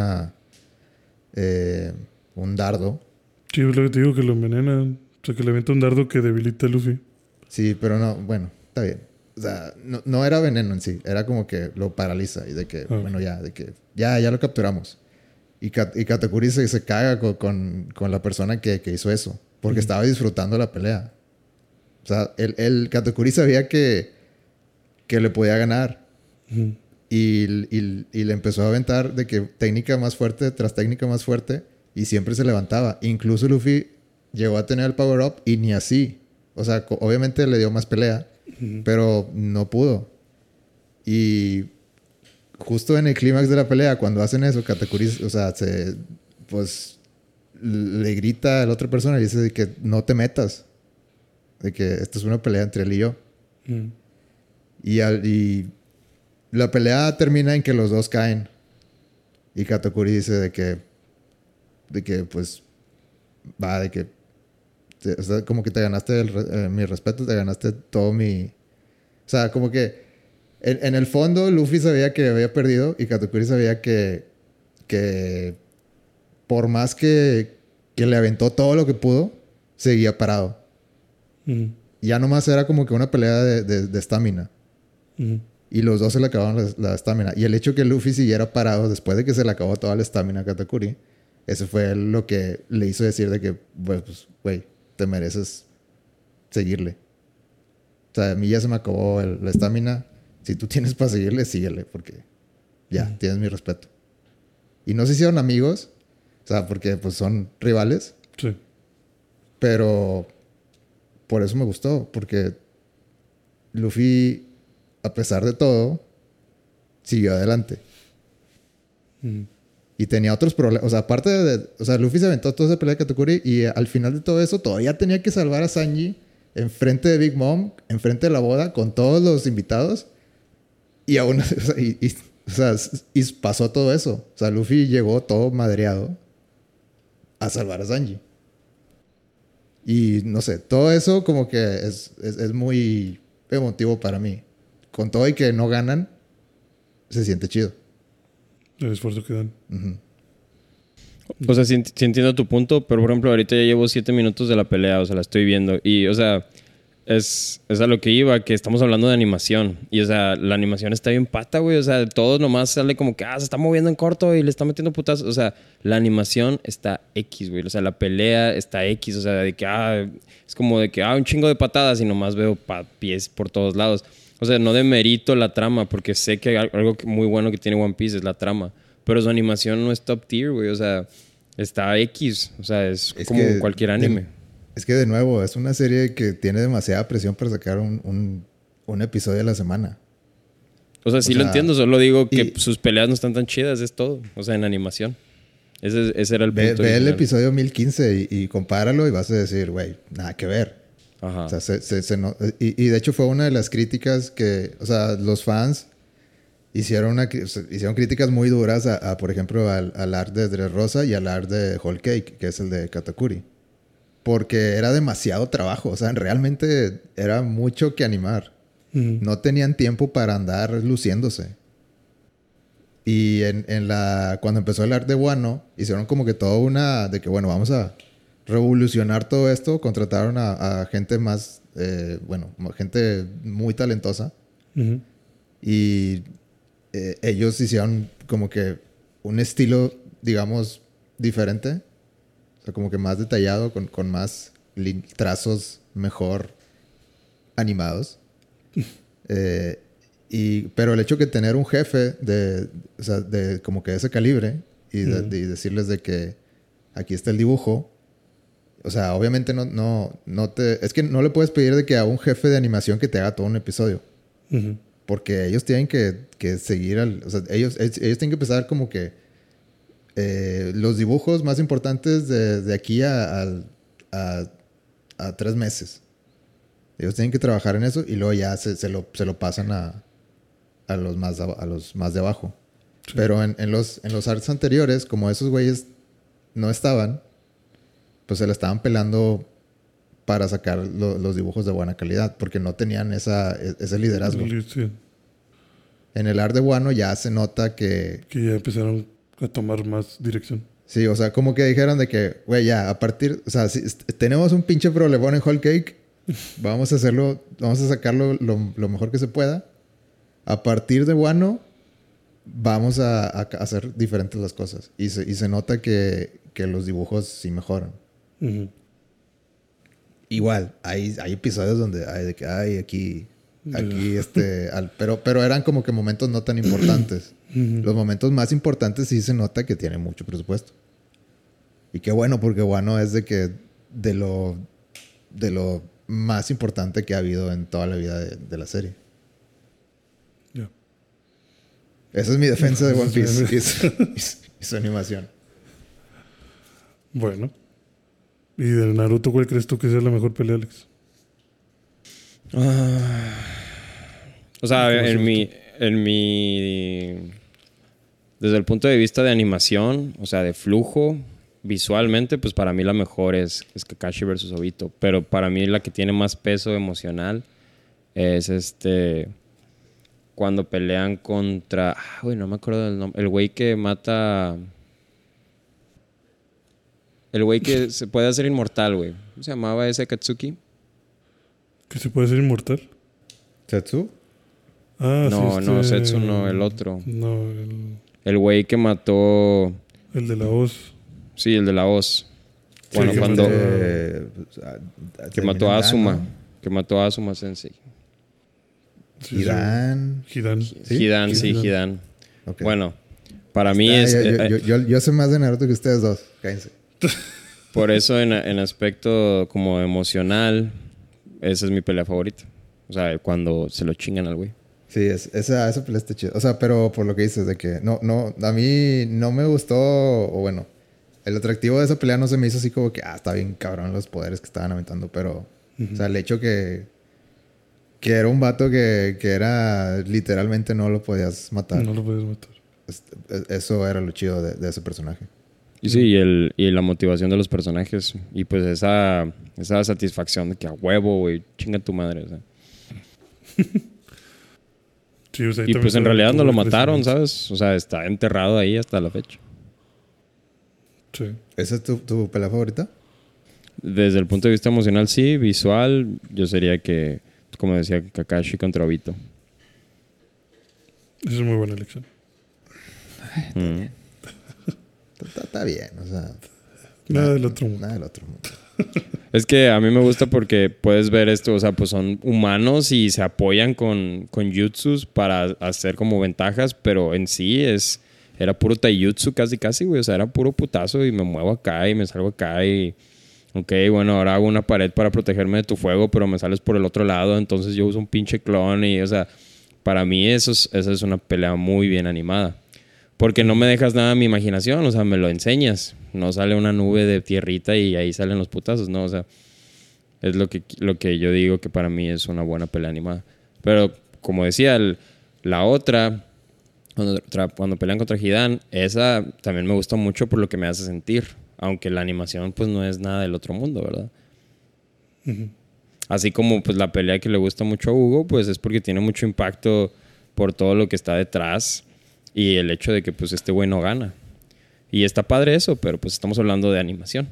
dardo. Sí, es lo que te digo, que lo envenenan. O sea, que le avienta un dardo que debilita a Luffy. Sí, pero no, bueno, está bien. O sea, no era veneno en sí. Era como que lo paraliza y de que, bueno, ya lo capturamos. Y Katakuri se caga con la persona que hizo eso. Porque estaba disfrutando la pelea. O sea, el Katakuri sabía que le podía ganar. Y le empezó a aventar de que técnica más fuerte tras técnica más fuerte. Y siempre se levantaba. Incluso Luffy llegó a tener el power-up y ni así. O sea, obviamente le dio más pelea. pero no pudo. Y justo en el clímax de la pelea, cuando hacen eso, Katakuri, o sea, pues le grita a la otra persona y dice de que no te metas. De que esto es una pelea entre él y yo. Y la pelea termina en que los dos caen. Y Katakuri dice de que pues, va, de que, o sea, como que te ganaste mi respeto, te ganaste todo mi... O sea, como que en el fondo Luffy sabía que había perdido y Katakuri sabía que por más que le aventó todo lo que pudo, seguía parado. Ya nomás era como que una pelea de estamina. Y los dos se le acabaron la estamina. Y el hecho que Luffy siguiera parado después de que se le acabó toda la estamina a Katakuri, eso fue lo que le hizo decir de que, pues, güey, te mereces seguirle. O sea, a mí ya se me acabó la estamina. Si tú tienes para seguirle, síguele, porque ya, tienes mi respeto. Y no se hicieron amigos, o sea, porque pues son rivales. Sí. Pero por eso me gustó, porque Luffy, a pesar de todo, siguió adelante. Y tenía otros problemas. O sea, aparte o sea, Luffy se aventó toda esa pelea de Katakuri y al final de todo eso todavía tenía que salvar a Sanji enfrente de Big Mom, enfrente de la boda, con todos los invitados. Y aún, o sea, y pasó todo eso. O sea, Luffy llegó todo madreado a salvar a Sanji. Y no sé, todo eso como que es muy emotivo para mí. Con todo y que no ganan, se siente chido. El esfuerzo que dan. O sea, sí entiendo tu punto, pero por ejemplo, ahorita ya llevo 7 minutos de la pelea, o sea, la estoy viendo. Y, o sea, es a lo que iba, que estamos hablando de animación. Y, o sea, la animación está bien pata, güey. O sea, todo nomás sale como que, se está moviendo en corto y le está metiendo putazos. O sea, la animación está X, güey. O sea, la pelea está X. O sea, de que, es como de que, un chingo de patadas y nomás veo pies por todos lados. O sea, no demerito la trama, porque sé que algo muy bueno que tiene One Piece es la trama. Pero su animación no es top tier, güey. O sea, está X. O sea, es como cualquier anime. Es que, de nuevo, es una serie que tiene demasiada presión para sacar un episodio a la semana. O sea, sí lo entiendo. Solo digo que sus peleas no están tan chidas. Es todo. O sea, en animación. Ese era el punto. Ve el episodio 1015 y compáralo y vas a decir, güey, nada que ver. Ajá. O sea, y de hecho fue una de las críticas que... O sea, los fans hicieron críticas muy duras por ejemplo, al art de Dressrosa y al art de Whole Cake, que es el de Katakuri. Porque era demasiado trabajo. O sea, realmente era mucho que animar. No tenían tiempo para andar luciéndose. Y cuando empezó el art de Wano, hicieron como que toda una... De que, bueno, vamos a revolucionar todo esto. Contrataron a gente más... gente muy talentosa. Y ellos hicieron como que un estilo, digamos, diferente. O sea, como que más detallado, con más trazos mejor animados. Pero el hecho de tener un jefe o sea, de como que ese calibre y decirles de que aquí está el dibujo. O sea, obviamente es que no le puedes pedir de que a un jefe de animación que te haga todo un episodio. Porque ellos tienen que seguir o sea, ellos tienen que empezar como que los dibujos más importantes de aquí a 3 meses. Ellos tienen que trabajar en eso y luego ya se lo pasan a los más de abajo. Sí. Pero en los arts anteriores, como esos güeyes no estaban, pues se la estaban pelando para sacar los dibujos de buena calidad, porque no tenían ese liderazgo. Sí. En el art de Wano ya se nota que ya empezaron a tomar más dirección. Sí, o sea, como que dijeron de que, güey, ya, o sea, si tenemos un pinche problemón en Whole Cake, vamos a sacarlo lo mejor que se pueda. A partir de Wano, vamos a hacer diferentes las cosas. Y se nota que los dibujos sí mejoran. Igual, hay episodios donde hay de que, aquí pero eran como que momentos no tan importantes. Los momentos más importantes sí se nota que tiene mucho presupuesto. Y qué bueno, porque Wano es de lo más importante que ha habido en toda la vida de la serie. Ya. Esa es mi defensa de One Piece y su animación. Bueno. ¿Y de Naruto cuál crees tú que sea la mejor pelea, Alex? O sea, ¿Cómo en mi... Desde el punto de vista de animación, o sea, de flujo, visualmente, pues para mí la mejor es Kakashi versus Obito. Pero para mí la que tiene más peso emocional es cuando pelean contra... Uy, no me acuerdo del nombre. El güey que mata... El güey que se puede hacer inmortal, güey. ¿Cómo se llamaba ese Katsuki? ¿Que se puede ser inmortal? ¿Setsu? Ah, No, sí, no, Setsu no, el otro. No, El güey que mató... el de la hoz. Sí, el de la hoz. Sí, Bueno, que cuando... Que mató a Asuma. Que mató a Asuma Sensei. Sí, Hidan. Hidan. ¿Sí? Hidan, sí, Hidan. Hidan. Ok. Bueno, para mí es... Yo sé más de Naruto que ustedes dos. Cállense. Por eso en aspecto como emocional, esa es mi pelea favorita. O sea, cuando se lo chingan al güey. Sí, esa pelea está chida. O sea, pero por lo que dices de que no, a mí no me gustó, o bueno, el atractivo de esa pelea no se me hizo así como que, está bien cabrón los poderes que estaban aventando, pero, o sea, el hecho que era un vato que era literalmente no lo podías matar. No lo puedes matar. Eso era lo chido de ese personaje. Y sí, y la motivación de los personajes. Y pues esa satisfacción de que a huevo, güey, chinga tu madre. O sea. Sí, o sea, Y pues en realidad no lo mataron, ¿sabes? ¿sabes? O sea, está enterrado ahí hasta la fecha. Sí. ¿Esa es tu pelea favorita? Desde el punto de vista emocional, sí. Visual, yo sería que, como decía, Kakashi contra Obito. Esa es muy buena elección. Está bien, o sea... Nada del otro mundo. Nada del otro mundo. Es que a mí me gusta porque puedes ver esto, o sea, pues son humanos y se apoyan con jutsus para hacer como ventajas, pero en sí era puro taijutsu casi, güey. O sea, era puro putazo y me muevo acá y me salgo acá y... Ok, bueno, ahora hago una pared para protegerme de tu fuego, pero me sales por el otro lado, entonces yo uso un pinche clon y, o sea, para mí esa es una pelea muy bien animada. Porque no me dejas nada a mi imaginación, o sea, me lo enseñas. No sale una nube de tierrita y ahí salen los putazos, ¿no? O sea, es lo que yo digo que para mí es una buena pelea animada. Pero, como decía, la otra, cuando pelean contra Hidan, esa también me gusta mucho por lo que me hace sentir. Aunque la animación, pues, no es nada del otro mundo, ¿verdad? Uh-huh. Así como, pues, la pelea que le gusta mucho a Hugo, pues, es porque tiene mucho impacto por todo lo que está detrás. Y el hecho de que, pues, este güey no gana. Y está padre eso, pero, pues, estamos hablando de animación.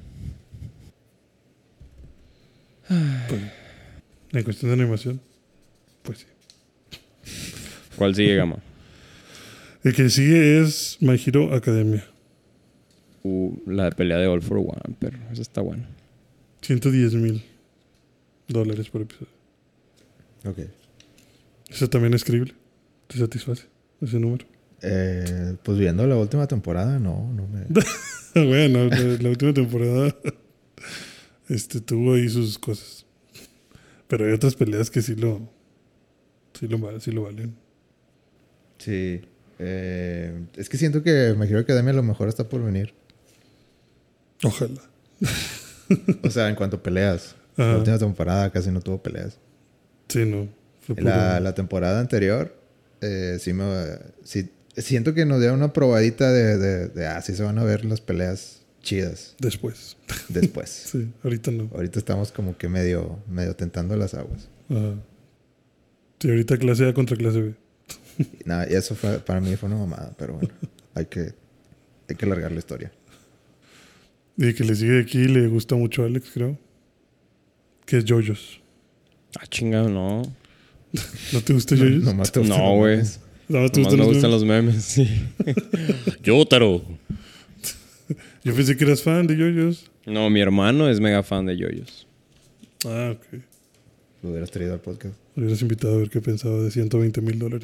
Pues, en cuestión de animación, pues sí. ¿Cuál sigue, Gama? El que sigue es My Hero Academia. La de pelea de All for One, pero esa está buena. $110,000 por episodio. Ok. ¿Eso también es creíble? ¿Te satisface ese número? Pues viendo la última temporada, no me... Bueno, la última temporada tuvo ahí sus cosas. Pero hay otras peleas que sí lo valen. Sí. Es que siento que My Hero Academia a lo mejor está por venir. Ojalá. O sea, en cuanto a peleas. Ajá. La última temporada casi no tuvo peleas. Sí, no. Fue La temporada anterior, sí, siento que nos dieron una probadita de sí se van a ver las peleas chidas Después. después. Sí, ahorita no. Ahorita estamos como que medio tentando las aguas. Ajá. Sí, ahorita clase A contra clase B. Nada, y eso para mí fue una mamada, pero bueno, hay que alargar la historia. Y que le sigue aquí le gusta mucho a Alex, creo. Que es JoJo's. Ah, chingado, no. ¿No te gusta JoJo's? Nomás te gustan No, los güey. memes. ¿No te Nomás me gustan los memes, sí. Yotaro. Yo pensé que eras fan de JoJo's. No, mi hermano es mega fan de JoJo's. Ah, ok. Lo hubieras traído al podcast. Me hubieras invitado a ver qué pensaba de $120,000.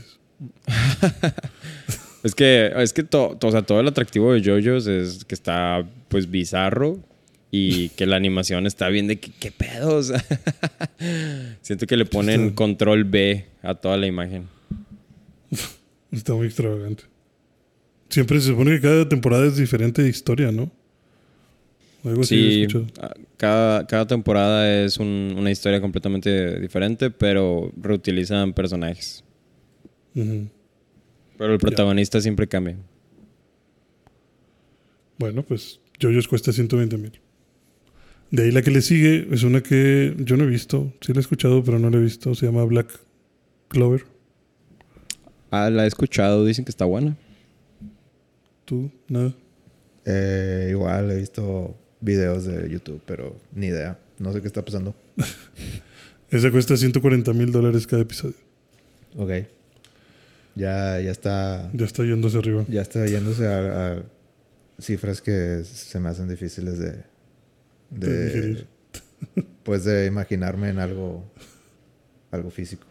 Es que o sea, todo el atractivo de JoJo's es que está, pues, bizarro y que la animación está bien de que, ¿qué pedo? O sea, siento que le ponen control B a toda la imagen. Está muy extravagante. Siempre se supone que cada temporada es diferente de historia, ¿no? Algo así he Sí, escuchado. cada temporada es una historia completamente diferente, pero reutilizan personajes. Ujú. Pero el protagonista siempre cambia. Bueno, pues JoJo's cuesta 120,000. De ahí la que le sigue es una que yo no he visto. Sí la he escuchado, pero no la he visto. Se llama Black Clover. Ah, la he escuchado, dicen que está buena. ¿Tú? Nada. Igual he visto videos de YouTube, pero ni idea. No sé qué está pasando. Esa cuesta $140,000 cada episodio. Ok. Ya está. Ya está yéndose arriba. Ya está yéndose a cifras que se me hacen difíciles De digerir. pues de imaginarme en algo físico.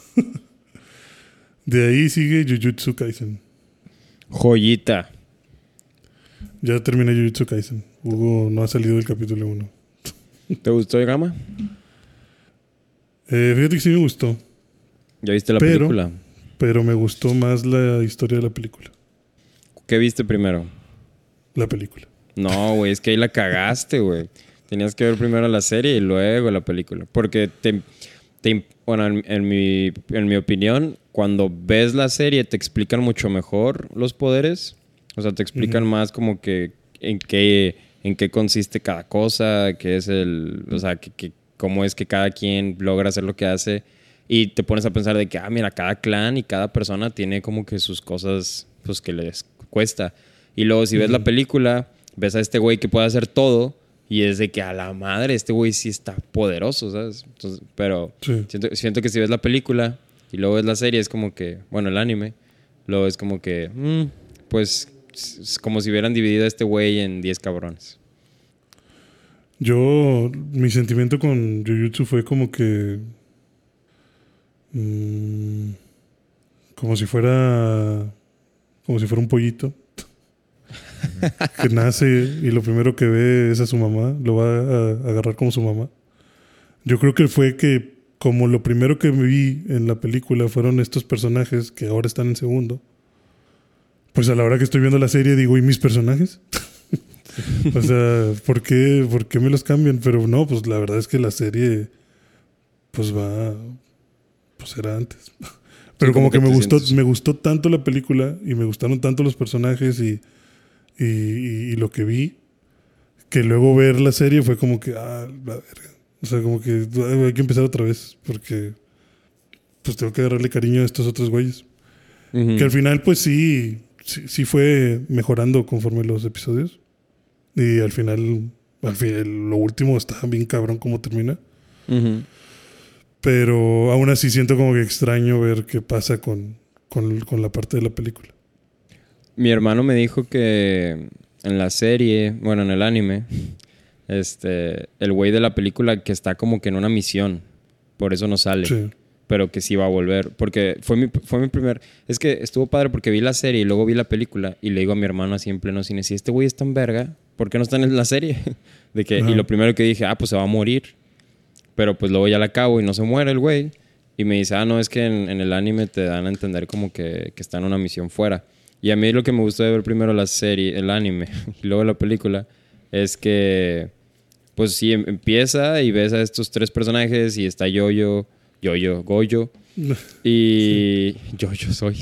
De ahí sigue Jujutsu Kaisen. Joyita. Ya terminé Jujutsu Kaisen. Hugo no ha salido del capítulo 1. ¿Te gustó el Gama? Fíjate que sí me gustó. ¿Ya viste la película? Pero me gustó más la historia de la película. ¿Qué viste primero? La película. No, güey, es que ahí la cagaste, güey. Tenías que ver primero la serie y luego la película. Porque bueno, en mi opinión, cuando ves la serie te explican mucho mejor los poderes. O sea, te explican más como que en qué consiste cada cosa, qué es o sea, cómo es que cada quien logra hacer lo que hace. Y te pones a pensar de que, mira, cada clan y cada persona tiene como que sus cosas, pues, que les cuesta. Y luego si ves la película, ves a este güey que puede hacer todo y es de que a la madre, este güey sí está poderoso, ¿sabes? Entonces, pero Sí. siento que si ves la película y luego ves la serie, es como que, bueno, el anime, luego es como que, pues, es como si hubieran dividido a este güey en 10 cabrones. Mi sentimiento con Jujutsu fue como que... como si fuera un pollito que nace y lo primero que ve es a su mamá, lo va a agarrar como su mamá. Yo creo que fue que como lo primero que vi en la película fueron estos personajes que ahora están en segundo, pues a la hora que estoy viendo la serie digo, ¿y mis personajes? O sea, ¿por qué me los cambian? Pero no, pues la verdad es que la serie pues era antes. Pero Sí, como que sientes. me gustó tanto la película y me gustaron tanto los personajes y lo que vi, que luego ver la serie fue como que, la verga. O sea, como que hay que empezar otra vez porque pues tengo que agarrarle cariño a estos otros güeyes. Uh-huh. Que al final pues sí fue mejorando conforme los episodios. Y al final lo último está bien cabrón como termina. Uh-huh. Pero aún así siento como que extraño ver qué pasa con la parte de la película. Mi hermano me dijo que en la serie, bueno, en el anime, el güey de la película que está como que en una misión, por eso no sale. Sí. Pero que sí va a volver. Porque fue mi primer... Es que estuvo padre porque vi la serie y luego vi la película y le digo a mi hermano así en pleno cine, si este güey es tan verga, ¿por qué no está en la serie? Y lo primero que dije, pues se va a morir. Pero pues luego ya la acabo y no se muere el güey. Y me dice, no, es que en el anime te dan a entender como que está en una misión fuera. Y a mí lo que me gustó de ver primero la serie, el anime, y luego la película, es que pues sí, empieza y ves a estos tres personajes y está Goyo y Yo soy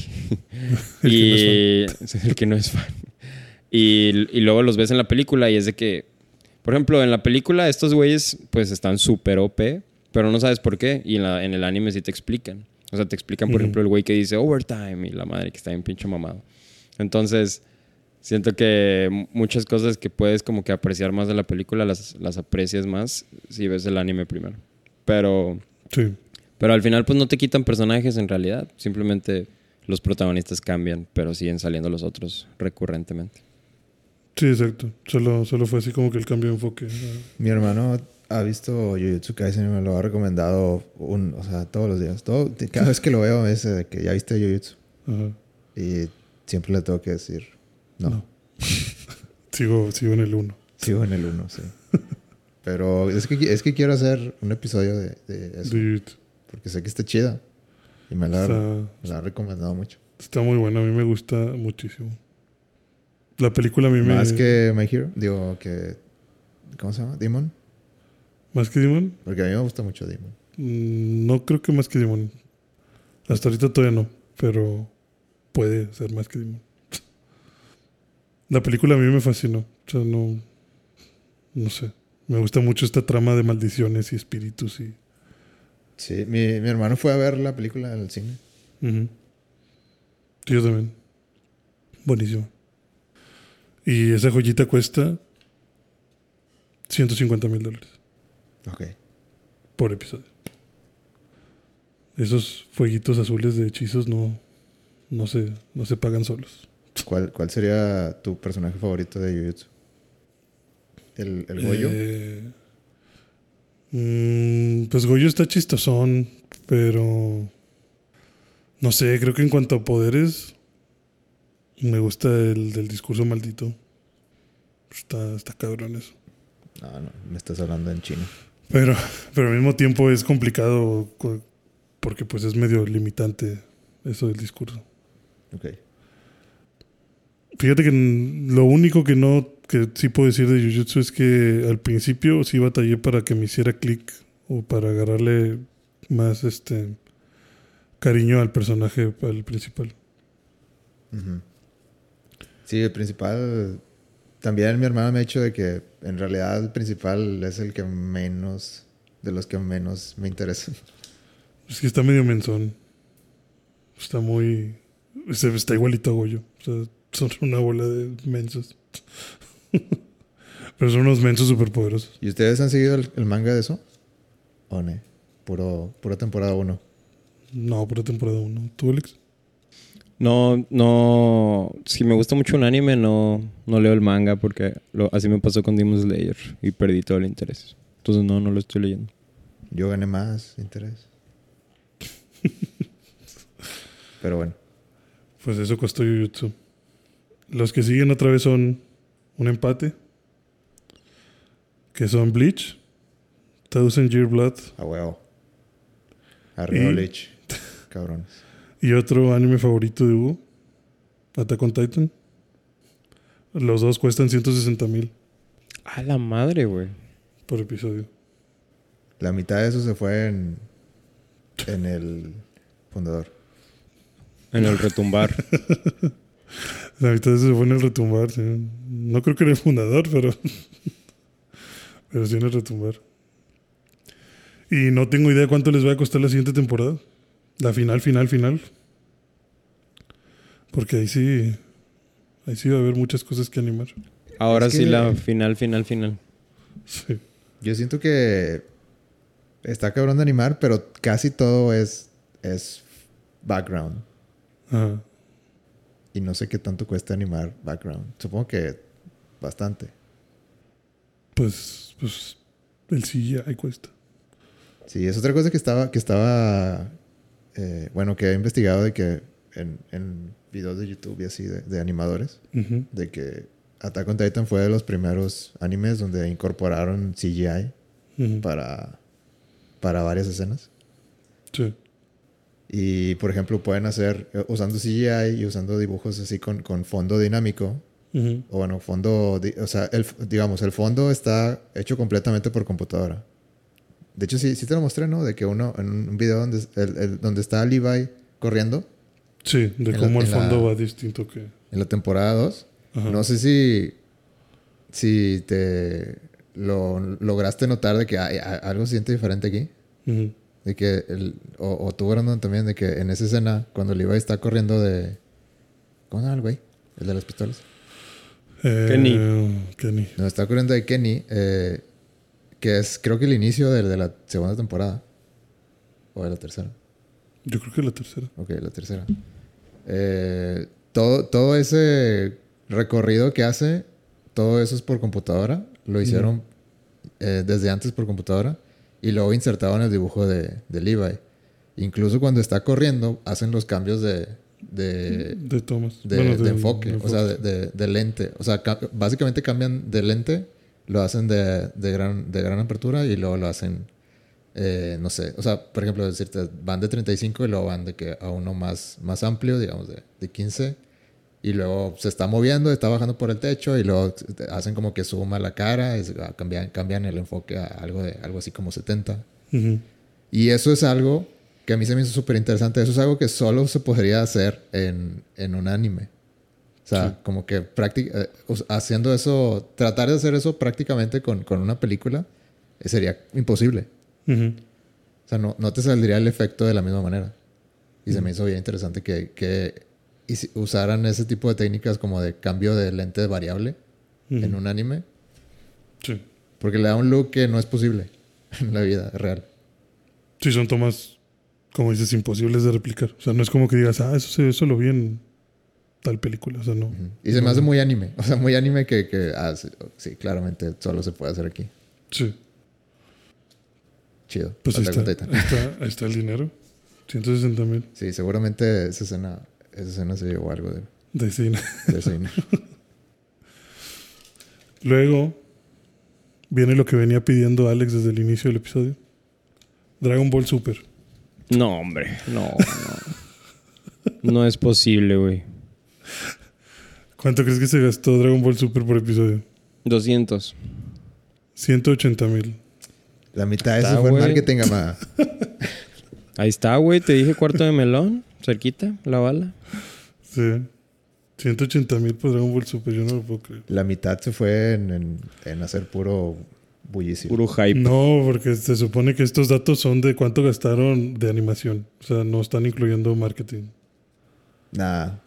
y el que no es fan. Y luego los ves en la película y es de que, por ejemplo, en la película estos güeyes pues están súper OP, pero no sabes por qué. Y en el anime sí te explican. O sea, te explican, por ejemplo, el güey que dice overtime y la madre que está bien pinche mamado. Entonces, siento que muchas cosas que puedes como que apreciar más de la película las aprecias más si ves el anime primero. Pero al final pues no te quitan personajes en realidad. Simplemente los protagonistas cambian, pero siguen saliendo los otros recurrentemente. Sí, exacto. Solo fue así como que el cambio de enfoque. Mi hermano ha visto Jujutsu Kaisen y me lo ha recomendado todos los días. Cada vez que lo veo me dice de que ya viste Jujutsu. Ajá. Y siempre le tengo que decir no. Sigo en el 1. Sigo en el 1, sí. Pero es que quiero hacer un episodio de eso. Dude, Porque sé que está chida. Y me la ha recomendado mucho. está muy buena. A mí me gusta muchísimo. La película a mí Más que My Hero. Digo que... ¿Cómo se llama? ¿Demon? ¿Más que Demon? Porque a mí me gusta mucho Demon. No creo que más que Demon. Hasta ahorita todavía no. Pero puede ser más que Demon. La película a mí me fascinó. O sea, no sé. Me gusta mucho esta trama de maldiciones y espíritus y... Sí, mi hermano fue a ver la película en el cine. Ujú. Sí, yo también. Buenísimo. Y esa joyita cuesta $150,000 Ok. por episodio. Esos fueguitos azules de hechizos no se pagan solos. ¿Cuál sería tu personaje favorito de Jujutsu? ¿El Goyo? Pues Goyo está chistosón, pero no sé, creo que en cuanto a poderes me gusta el del discurso maldito. Está cabrón eso. No, me estás hablando en chino. Pero al mismo tiempo es complicado porque pues es medio limitante eso del discurso. Ok. Fíjate que lo único que sí puedo decir de Jujutsu es que al principio sí batallé para que me hiciera clic o para agarrarle más cariño al personaje, al principal. Uh-huh. Sí, el principal... También mi hermano me ha dicho de que en realidad el principal es el que menos... De los que menos me interesan. Es que está medio menzón. Está muy... Está igualito a Goyo. O sea, son una bola de mensos. Pero son unos mensos superpoderosos. ¿Y ustedes han seguido el manga de eso? ¿O no? Pura temporada 1. No, pura temporada 1. ¿Tú, Alex? No. Si me gusta mucho un anime, no leo el manga porque así me pasó con Demon Slayer y perdí todo el interés. Entonces no lo estoy leyendo. Yo gané más interés. Pero bueno. Pues eso costó Jujutsu. Los que siguen otra vez son un empate. Que son Bleach, Thousand Year Blood. A huevo. Arriba Bleach. Cabrones. Y otro anime favorito de Hugo, Attack on Titan. Los dos cuestan 160,000 A la madre, güey. por episodio. La mitad de eso se fue en el fundador. En el retumbar. La mitad de eso se fue en el retumbar. Sí. No creo que era el fundador, pero sí en el retumbar. Y no tengo idea cuánto les va a costar la siguiente temporada. La final. Porque ahí sí va a haber muchas cosas que animar. Ahora Es sí que- la final. Sí. Yo siento que está cabrón de animar, pero casi todo es background. Ajá. Y no sé qué tanto cuesta animar background. Supongo que bastante. Pues el CGI cuesta. Sí, es otra cosa que estaba bueno, que he investigado de que en videos de YouTube y así de animadores, Ujú. de que Attack on Titan fue de los primeros animes donde incorporaron CGI Ujú. para varias escenas. Sí. Y, por ejemplo, pueden hacer, usando CGI y usando dibujos así con fondo dinámico, Ujú. o bueno, o sea, el fondo está hecho completamente por computadora. De hecho, sí te lo mostré, ¿no? De que en un video donde está Levi corriendo Sí, de En cómo la- el en fondo la- va distinto que... en la temporada 2. Ajá. No sé si te lo lograste notar de que algo se siente diferente aquí. Ujú. De que o tú, Brandon, también, de que en esa escena, cuando Levi está corriendo de... ¿Cómo se llama el güey? El de las pistolas. Kenny. No, está corriendo de Kenny, que es creo que el inicio de la segunda temporada. O de la tercera. Yo creo que la tercera. Ok, la tercera. Todo ese recorrido que hace, todo eso es por computadora. Lo hicieron desde antes por computadora. Y luego insertaban el dibujo de Levi. Incluso cuando está corriendo, hacen los cambios de tomas. de enfoque. O sea, de lente. O sea, básicamente cambian de lente lo hacen de gran apertura y luego lo hacen, no sé, o sea, por ejemplo, decirte, van de 35 y luego van de que a uno más amplio, digamos, de 15. Y luego se está moviendo, está bajando por el techo y luego hacen como que suma la cara, cambian el enfoque a algo así como 70. Ujú. Y eso es algo que a mí se me hizo súper interesante. Eso es algo que solo se podría hacer en un anime. O sea, Sí. como que haciendo eso, tratar de hacer eso prácticamente con una película sería imposible. Ujú. O sea, no te saldría el efecto de la misma manera. Y se me hizo bien interesante que usaran ese tipo de técnicas como de cambio de lente variable en un anime. Sí. Porque le da un look que no es posible en la vida real. Sí, son tomas, como dices, imposibles de replicar. O sea, no es como que digas, eso lo vi en tal película. O sea, no. Y se me hace muy anime. O sea, muy anime que sí, claramente solo se puede hacer aquí. Sí. Chido. Pues ahí Attack on está, Titan. ahí está el dinero. 160,000 Sí, seguramente esa escena se llevó algo de cine. de ese dinero. Luego viene lo que venía pidiendo Alex desde el inicio del episodio. Dragon Ball Super. No, hombre. No. No es posible, güey. ¿Cuánto crees que se gastó Dragon Ball Super por episodio? 200. 180,000. La mitad de Está, eso fue el güey. marketing, amada. Ahí está, güey. Te dije cuarto de melón. Cerquita, la bala. Sí. 180,000 por Dragon Ball Super. Yo no lo puedo creer. La mitad se fue en hacer puro bullicio. Puro hype. No, porque se supone que estos datos son de cuánto gastaron de animación. O sea, no están incluyendo marketing. Nada.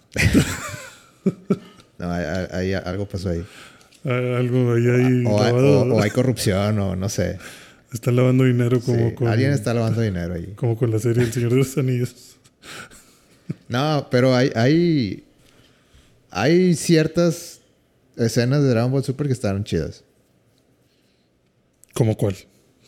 No, algo pasó ahí. Algo ahí hay lavado. O hay corrupción o no sé. Están lavando dinero como Sí, con... alguien está lavando dinero ahí. Como con la serie El Señor de los Anillos. No, pero hay ciertas escenas de Dragon Ball Super que estaban chidas. ¿Cómo cuál?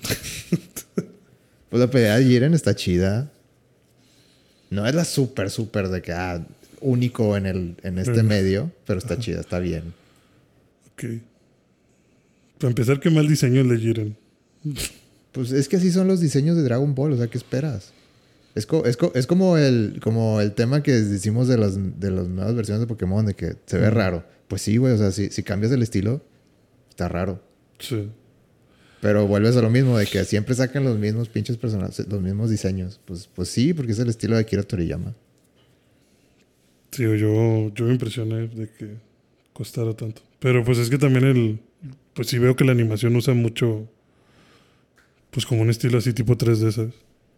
Pues la pelea de Jiren está chida. No es la super de que único en este medio, pero está chida, está bien. Ok. Para empezar, qué mal diseño el de Jiren. Pues es que así son los diseños de Dragon Ball, o sea, ¿qué esperas? Es como el tema que decimos de las nuevas versiones de Pokémon, de que se ve raro. Pues sí, güey, o sea, si cambias el estilo, está raro. Sí. Pero vuelves a lo mismo, de que siempre sacan los mismos pinches personajes, los mismos diseños. Pues sí, porque es el estilo de Akira Toriyama. Sí, yo me impresioné de que costara tanto. Pero pues es que también pues sí veo que la animación usa mucho, pues como un estilo así tipo 3D, ¿sabes?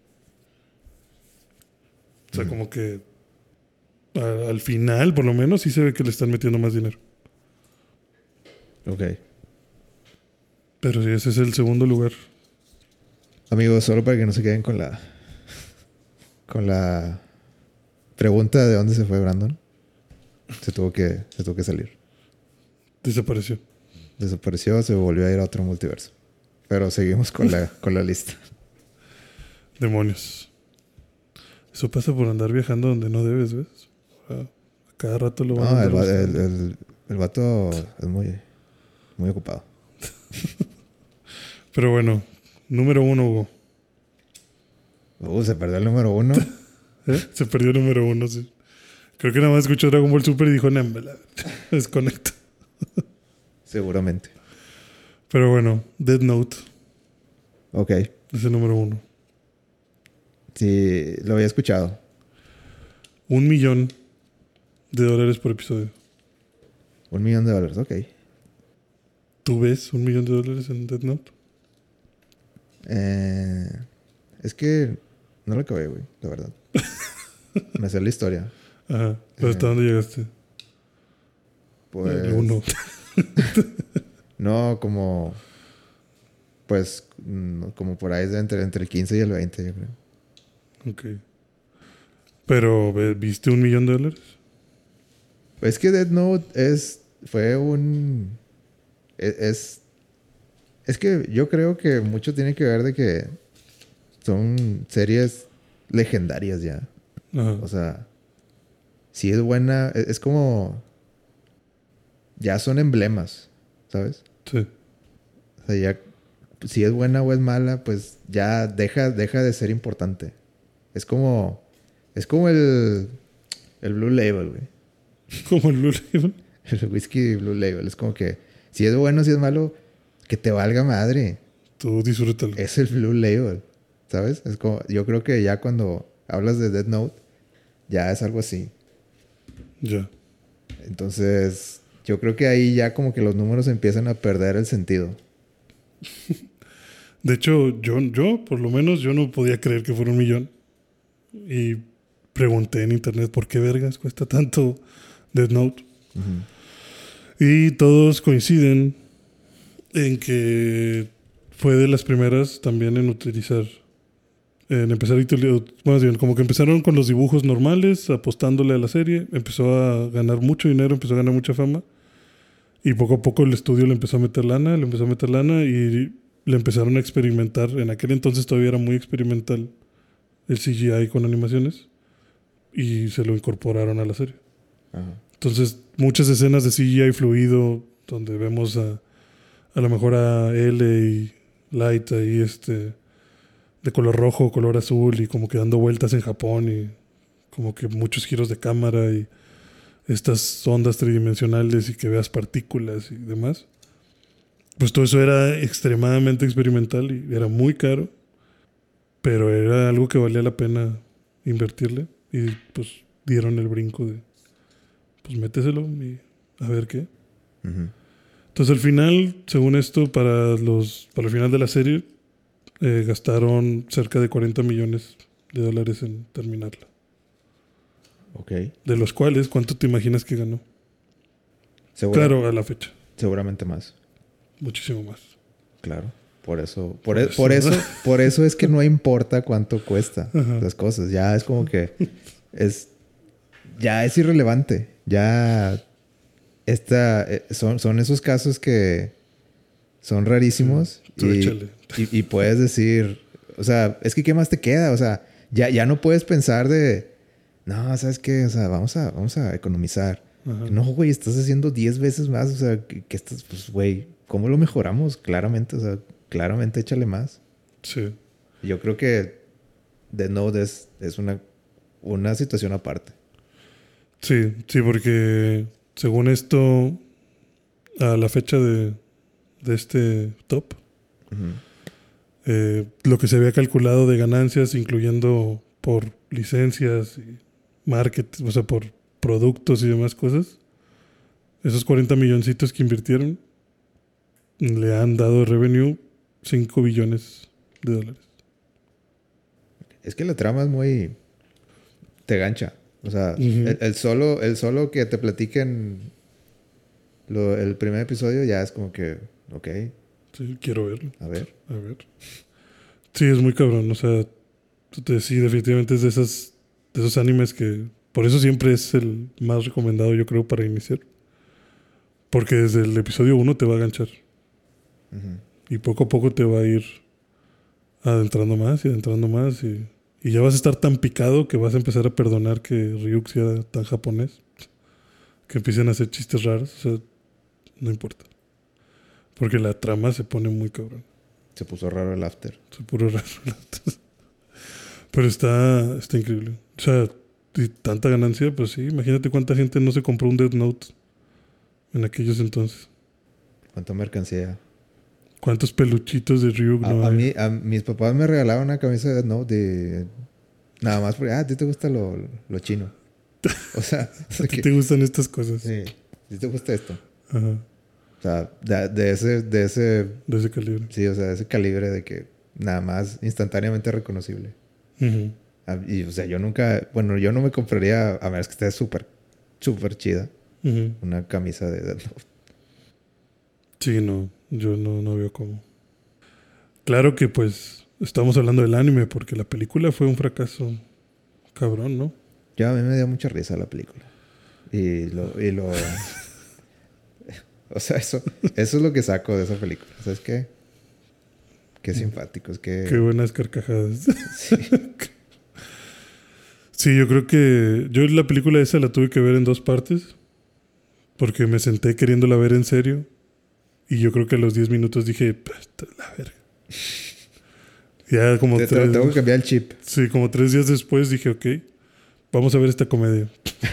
O sea, como que al final, por lo menos, sí se ve que le están metiendo más dinero. Ok. Pero sí, ese es el segundo lugar. Amigos, solo para que no se queden con la pregunta de dónde se fue Brandon. Se tuvo que salir. Desapareció. Desapareció, se volvió a ir a otro multiverso. Pero seguimos con la lista. Demonios. Eso pasa por andar viajando donde no debes, ¿ves? O sea, cada rato lo van a No, andar el buscando. vato es muy ocupado. Pero bueno, número 1, Hugo. Se perdió el número 1. Se perdió el número 1, sí. Creo que nada más escuchó Dragon Ball Super y dijo, no, me la desconecto. Seguramente. Pero bueno, Death Note Ok. es el número 1. Sí, lo había escuchado. $1,000,000 por episodio. $1,000,000, ok. ¿Tú ves $1,000,000 en Death Note? Es que no lo acabé, güey, la verdad. Me sé la historia. Ajá. ¿Pero hasta dónde llegaste? Pues. El 1. No, como. Pues. Como por ahí es entre el 15 y el 20, yo creo. Ok. Pero, ¿viste $1,000,000? Es que Death Note fue un. Es que yo creo que mucho tiene que ver de que son series legendarias ya. Ajá. O sea, si es buena, es como. Ya son emblemas, ¿sabes? Sí. O sea, ya si es buena o es mala, pues ya deja de ser importante. Es como el Blue Label, güey. Como el Blue Label. El whisky Blue Label. Es como que si es bueno, si es malo, que te valga madre. Tú disfrútalo. Es el Blue Label, ¿sabes? Es como, yo creo que ya cuando hablas de Death Note, ya es algo así. Ya. Entonces, yo creo que ahí ya como que los números empiezan a perder el sentido. De hecho, yo, por lo menos, yo no podía creer que fuera 1,000,000. Y pregunté en internet por qué vergas cuesta tanto Death Note. Y todos coinciden en que fue de las primeras también en utilizar, en empezar a utilizar, bueno, bien, como que empezaron con los dibujos normales, apostándole a la serie, empezó a ganar mucho dinero, empezó a ganar mucha fama. Y poco a poco el estudio le empezó a meter lana y le empezaron a experimentar. En aquel entonces todavía era muy experimental el CGI con animaciones y se lo incorporaron a la serie. Ajá. Entonces, muchas escenas de CGI fluido donde vemos a lo mejor a L y Light ahí de color rojo, color azul y como que dando vueltas en Japón y como que muchos giros de cámara y estas ondas tridimensionales y que veas partículas y demás. Pues todo eso era extremadamente experimental y era muy caro, pero era algo que valía la pena invertirle y pues dieron el brinco de pues méteselo y a ver qué. Uh-huh. Entonces al final, según esto, para el final de la serie gastaron cerca de $40 millones en terminarla. Ok. De los cuales, ¿cuánto te imaginas que ganó? Claro, a la fecha. Seguramente más. Muchísimo más. Claro. Por eso es que no importa cuánto cuesta las cosas. Ya es como que ya es irrelevante. Ya son esos casos que son rarísimos y puedes decir, o sea, es que ¿qué más te queda? O sea, ya no puedes pensar de, no, ¿sabes qué? O sea, vamos a economizar. Ajá. No, güey, estás haciendo 10 veces más. O sea, que estás, pues, güey, ¿cómo lo mejoramos? Claramente, o sea, claramente échale más. Sí. Yo creo que Death Note es una situación aparte. Sí, porque según esto, a la fecha de este top, lo que se había calculado de ganancias, incluyendo por licencias y marketing, o sea, por productos y demás cosas, esos 40 milloncitos que invirtieron le han dado de revenue $5 billones. Es que la trama es muy... te gancha. O sea, el solo que te platiquen el primer episodio ya es como que... ok. Sí, quiero verlo. A ver. Sí, es muy cabrón. O sea, sí, definitivamente es de esos animes que... Por eso siempre es el más recomendado, yo creo, para iniciar. Porque desde el episodio 1 te va a ganchar. Y poco a poco te va a ir adentrando más y ya vas a estar tan picado que vas a empezar a perdonar que Ryuk sea tan japonés. Que empiecen a hacer chistes raros. O sea, no importa. Porque la trama se pone muy cabrón. Se puso raro el after. Pero está increíble. O sea, y tanta ganancia, pues sí. Imagínate cuánta gente no se compró un Death Note en aquellos entonces. ¿Cuánta mercancía? ¿Cuántos peluchitos de Ryuk no hay? A mis papás me regalaron una camisa de Death Note nada más porque, a ti te gusta lo chino. O sea... ¿A ti te gustan estas cosas? Sí. ¿A ti te gusta esto? Ajá. O sea, de ese calibre. Sí, o sea, de ese calibre de que nada más instantáneamente reconocible. Y, o sea, yo no me compraría, a menos que esté súper, súper chida, una camisa de Death Note. Sí, no. Yo no veo cómo. Claro que, pues, estamos hablando del anime porque la película fue un fracaso cabrón, ¿no? A mí me dio mucha risa la película. Y lo o sea, eso es lo que saco de esa película. ¿Sabes qué? Qué simpáticos, qué buenas carcajadas. Sí. Sí, yo creo que... Yo la película esa la tuve que ver en 2 partes. Porque me senté queriéndola ver en serio. Y yo creo que a los 10 minutos dije, "Puta, la verga". Ya como Tengo que cambiar el chip. Sí, como 3 días después dije, ok, vamos a ver esta comedia.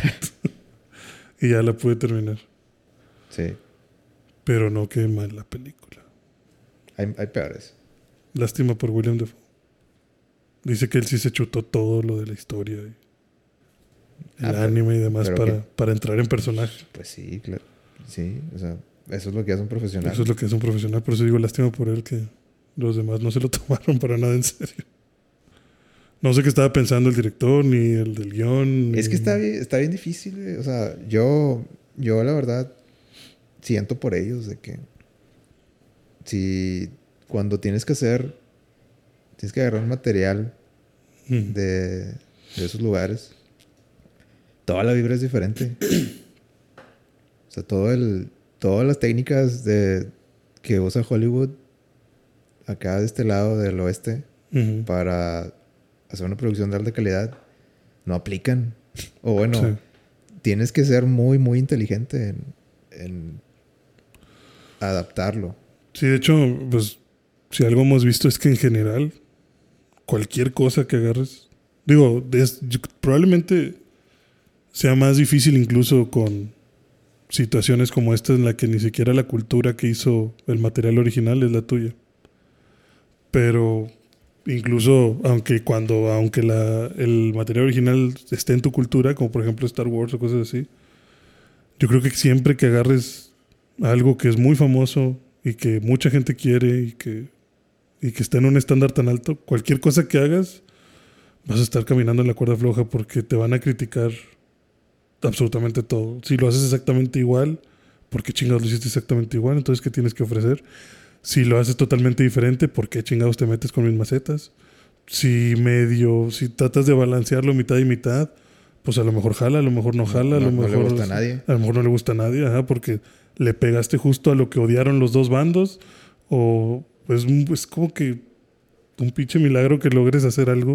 Y ya la pude terminar. Sí. Pero no, qué mal la película. Hay peores. Lástima por William Dafoe. Dice que él sí se chutó todo lo de la historia. Y el anime y demás para entrar en personaje. Pues sí, claro. Sí, o sea, eso es lo que hace un profesional. Eso es lo que es un profesional. Por eso digo, lástima por él que los demás no se lo tomaron para nada en serio. No sé qué estaba pensando el director, ni el del guión. Es que está bien difícil, güey. O sea, yo la verdad siento por ellos de que si cuando tienes que agarrar un material de esos lugares, toda la vibra es diferente. O sea, todas las técnicas que usa Hollywood acá de este lado del oeste para hacer una producción de alta calidad no aplican. O bueno, tienes que ser muy, muy inteligente en adaptarlo. Sí, de hecho, pues si algo hemos visto es que en general cualquier cosa que agarres, digo, probablemente sea más difícil incluso con situaciones como esta en la que ni siquiera la cultura que hizo el material original es la tuya. Pero incluso aunque el material original esté en tu cultura, como por ejemplo Star Wars o cosas así, yo creo que siempre que agarres algo que es muy famoso y que mucha gente quiere y que está en un estándar tan alto, cualquier cosa que hagas vas a estar caminando en la cuerda floja porque te van a criticar absolutamente todo. Si lo haces exactamente igual, ¿por qué chingados lo hiciste exactamente igual? Entonces, ¿qué tienes que ofrecer? Si lo haces totalmente diferente, ¿por qué chingados te metes con mis macetas? Si tratas de balancearlo mitad y mitad, pues a lo mejor jala, a lo mejor no jala, a lo mejor no le gusta a nadie. A lo mejor no le gusta a nadie, porque le pegaste justo a lo que odiaron los dos bandos, o pues es como que un pinche milagro que logres hacer algo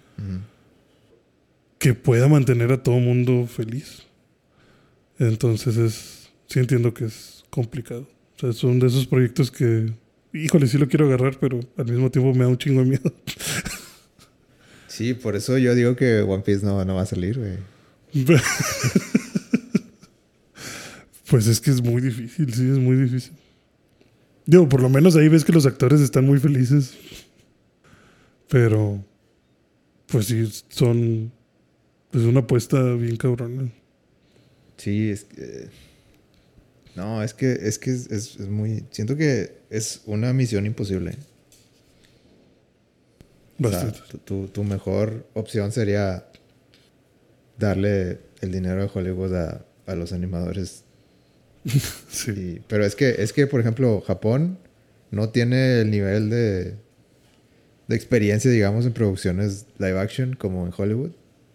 que pueda mantener a todo mundo feliz. Entonces sí entiendo que es complicado. O sea, son de esos proyectos que, híjole, sí lo quiero agarrar, pero al mismo tiempo me da un chingo de miedo. Sí, por eso yo digo que One Piece no va a salir, güey. Pues es que es muy difícil, sí, es muy difícil. Digo, por lo menos ahí ves que los actores están muy felices. Pero, pues sí, es una apuesta bien cabrona. Sí, no, es que es muy... Siento que es una misión imposible. Bastante. O sea, tu mejor opción sería darle el dinero de Hollywood a los animadores. Sí. Pero es que, por ejemplo, Japón no tiene el nivel de experiencia, digamos, en producciones live action como en Hollywood.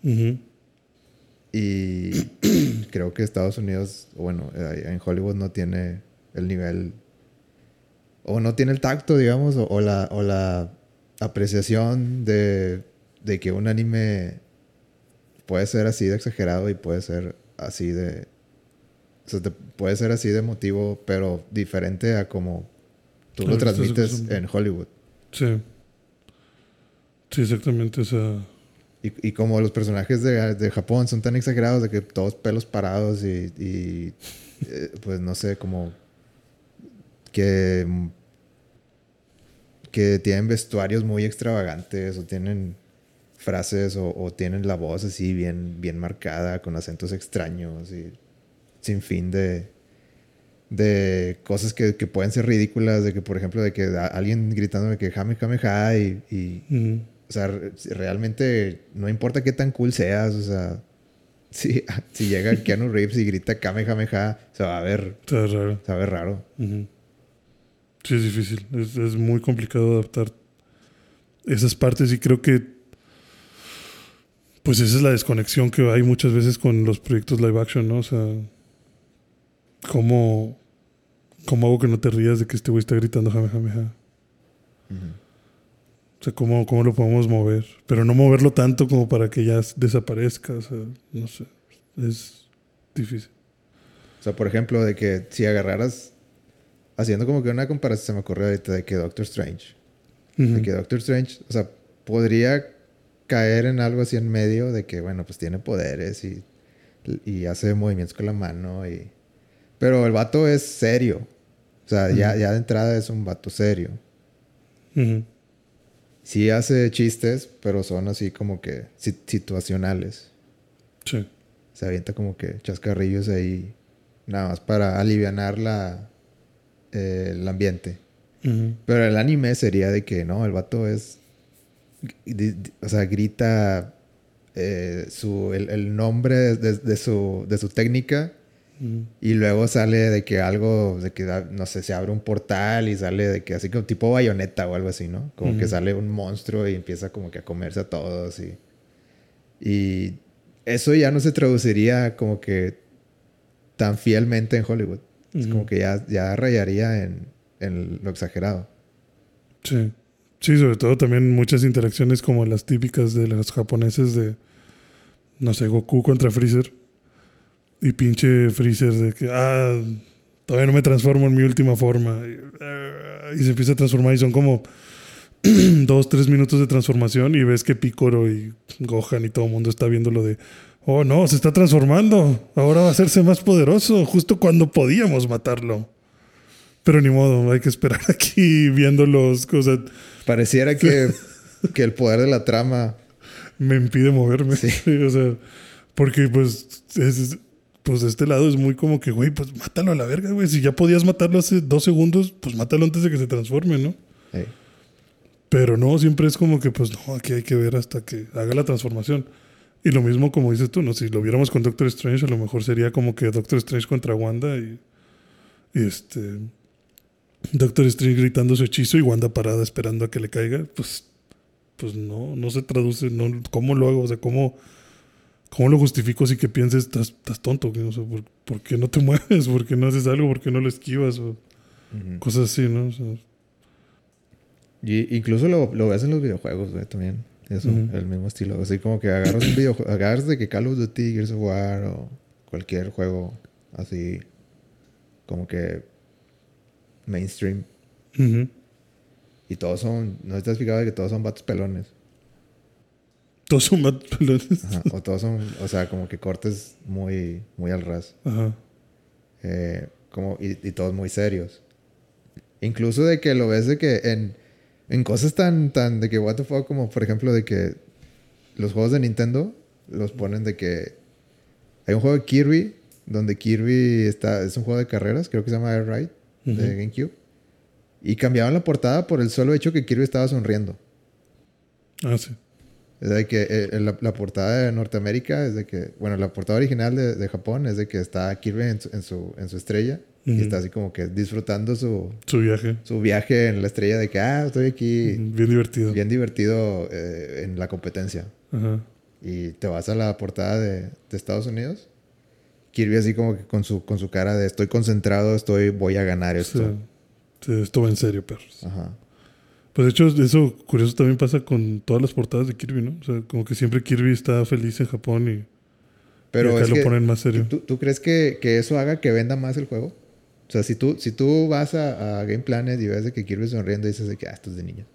Y creo que Estados Unidos, bueno, en Hollywood no tiene el nivel, o no tiene el tacto, digamos, o la apreciación de que un anime puede ser así de exagerado y puede ser así de... O sea, puede ser así de emotivo, pero diferente a como tú lo transmites en Hollywood. Sí. Sí, exactamente. O sea... Y como los personajes de Japón son tan exagerados de que todos pelos parados y pues no sé, como que tienen vestuarios muy extravagantes o tienen frases o tienen la voz así bien marcada con acentos extraños y sin fin de cosas que pueden ser ridículas, de que por ejemplo de que alguien gritando de que jame jame ja y o sea, realmente no importa qué tan cool seas, o sea, si llega Keanu Reeves y grita Kamehameha, se va a ver raro. Sí, es difícil. Es muy complicado adaptar esas partes y creo que pues esa es la desconexión que hay muchas veces con los proyectos live action, ¿no? O sea, ¿cómo hago que no te rías de que este güey está gritando Kamehameha? O sea, ¿cómo lo podemos mover? Pero no moverlo tanto como para que ya desaparezca. O sea, no sé. Es difícil. O sea, por ejemplo, de que si agarraras haciendo como que una comparación, se me ocurrió ahorita de que Doctor Strange. De que Doctor Strange, o sea, podría caer en algo así en medio de que, bueno, pues tiene poderes y hace movimientos con la mano y... Pero el vato es serio. O sea, ya de entrada es un vato serio. Sí hace chistes, pero son así como que situacionales. Sí. Se avienta como que chascarrillos ahí, nada más para alivianar el ambiente. Pero el anime sería de que, no, el vato es... o sea, grita el nombre de su técnica y luego sale de que algo, de que, no sé, se abre un portal y sale de que así como tipo Bayonetta o algo así, ¿no? Como que sale un monstruo y empieza como que a comerse a todos y eso ya no se traduciría como que tan fielmente en Hollywood. Es como que ya rayaría en lo exagerado. Sí. Sí, sobre todo también muchas interacciones como las típicas de los japoneses de, no sé, Goku contra Freezer. Y pinche Freezer de que, todavía no me transformo en mi última forma. Y se empieza a transformar y son como 2-3 minutos de transformación y ves que Piccolo y Gohan y todo el mundo está viendo lo de, oh no, se está transformando. Ahora va a hacerse más poderoso, justo cuando podíamos matarlo. Pero ni modo, hay que esperar aquí viéndolos. O sea, pareciera que el poder de la trama me impide moverme. Sí. O sea, porque pues pues de este lado es muy como que, güey, pues mátalo a la verga, güey. Si ya podías matarlo hace 2 segundos, pues mátalo antes de que se transforme, ¿no? Hey. Pero no, siempre es como que, pues no, aquí hay que ver hasta que haga la transformación. Y lo mismo como dices tú, ¿no? Si lo viéramos con Doctor Strange, a lo mejor sería como que Doctor Strange contra Wanda y Doctor Strange gritando su hechizo y Wanda parada esperando a que le caiga. Pues no se traduce, no, ¿cómo lo hago? O sea, ¿cómo lo justifico si que pienses, estás tonto? O sea, ¿por qué no te mueves? ¿Por qué no haces algo? ¿Por qué no lo esquivas? O cosas así, ¿no? O sea, y incluso lo ves en los videojuegos, güey, también. Eso, el mismo estilo. Así como que agarras un videojuego, agarras de que Call of Duty, Gears of War o cualquier juego así como que mainstream. Y todos son, no estás fijado de que todos son vatos pelones. todos son más pelones. Ajá. O todos son, o sea, como que cortes muy, muy al ras. Ajá. Y todos muy serios. Incluso de que lo ves de que en cosas tan de que what the fuck, como por ejemplo de que los juegos de Nintendo los ponen de que hay un juego de Kirby donde Kirby es un juego de carreras, creo que se llama Air Ride de GameCube, y cambiaban la portada por el solo hecho que Kirby estaba sonriendo. Sí. Es de que la portada de Norteamérica es de que, bueno, la portada original de Japón es de que está Kirby en su estrella y está así como que disfrutando su viaje en la estrella de que, estoy aquí. Bien divertido. Bien divertido en la competencia. Ajá. Y te vas a la portada de Estados Unidos. Kirby así como que con su cara de estoy concentrado, voy a ganar esto. Sí, esto va en serio, perros. Ajá. Pues de hecho, eso curioso también pasa con todas las portadas de Kirby, ¿no? O sea, como que siempre Kirby está feliz en Japón Pero y acá es lo que, ponen más serio. ¿tú crees que eso haga que venda más el juego? O sea, si tú vas a Game Planet y ves de que Kirby sonriendo y dices de que, esto es de niños.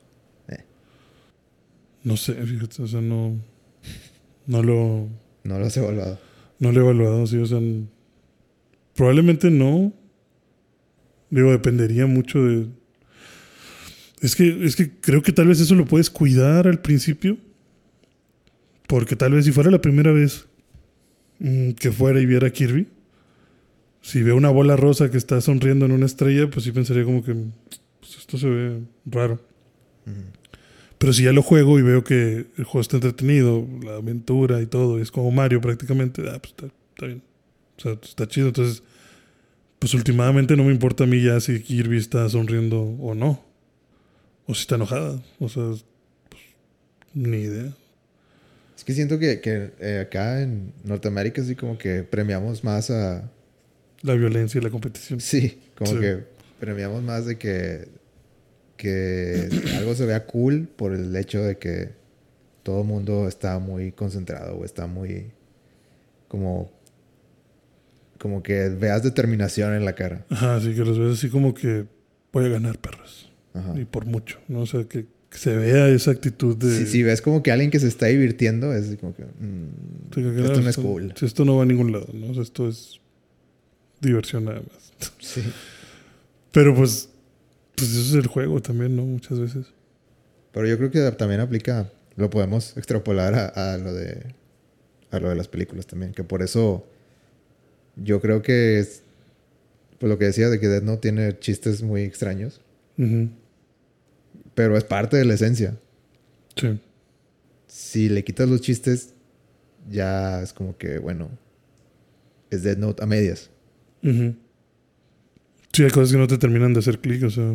No sé, fíjate, o sea, no lo has evaluado. No lo he evaluado, sí, o sea, probablemente no. Digo, dependería mucho de... Es que creo que tal vez eso lo puedes cuidar al principio. Porque tal vez si fuera la primera vez que fuera y viera a Kirby, si veo una bola rosa que está sonriendo en una estrella, pues sí pensaría como que pues esto se ve raro. Pero si ya lo juego y veo que el juego está entretenido, la aventura y todo, es como Mario prácticamente, pues está bien. O sea, está chido. Entonces, pues últimamente no me importa a mí ya si Kirby está sonriendo o no. O si está enojada. O sea, pues, ni idea. Es que siento que acá en Norteamérica sí como que premiamos más a... La violencia y la competición. Sí, como que premiamos más de que algo se vea cool por el hecho de que todo el mundo está muy concentrado o está muy como como que veas determinación en la cara. Ajá, sí, que los ves así como que voy a ganar, perros. Ajá. Y por mucho, ¿no? O sea, que se vea esa actitud de... Si ves como que alguien que se está divirtiendo, es así como que... Sí, que esto no es cool. Si esto no va a ningún lado, ¿no? O sea, esto es diversión nada más. Sí. Pero pues eso es el juego también, ¿no? Muchas veces. Pero yo creo que también aplica... Lo podemos extrapolar a lo de las películas también. Que por eso... Yo creo que es... Pues lo que decía de que Death Note tiene chistes muy extraños. Uh-huh. Pero es parte de la esencia. Sí. Si le quitas los chistes, ya es como que, bueno, es Death Note a medias. Uh-huh. Sí, hay cosas que no te terminan de hacer clic, o sea.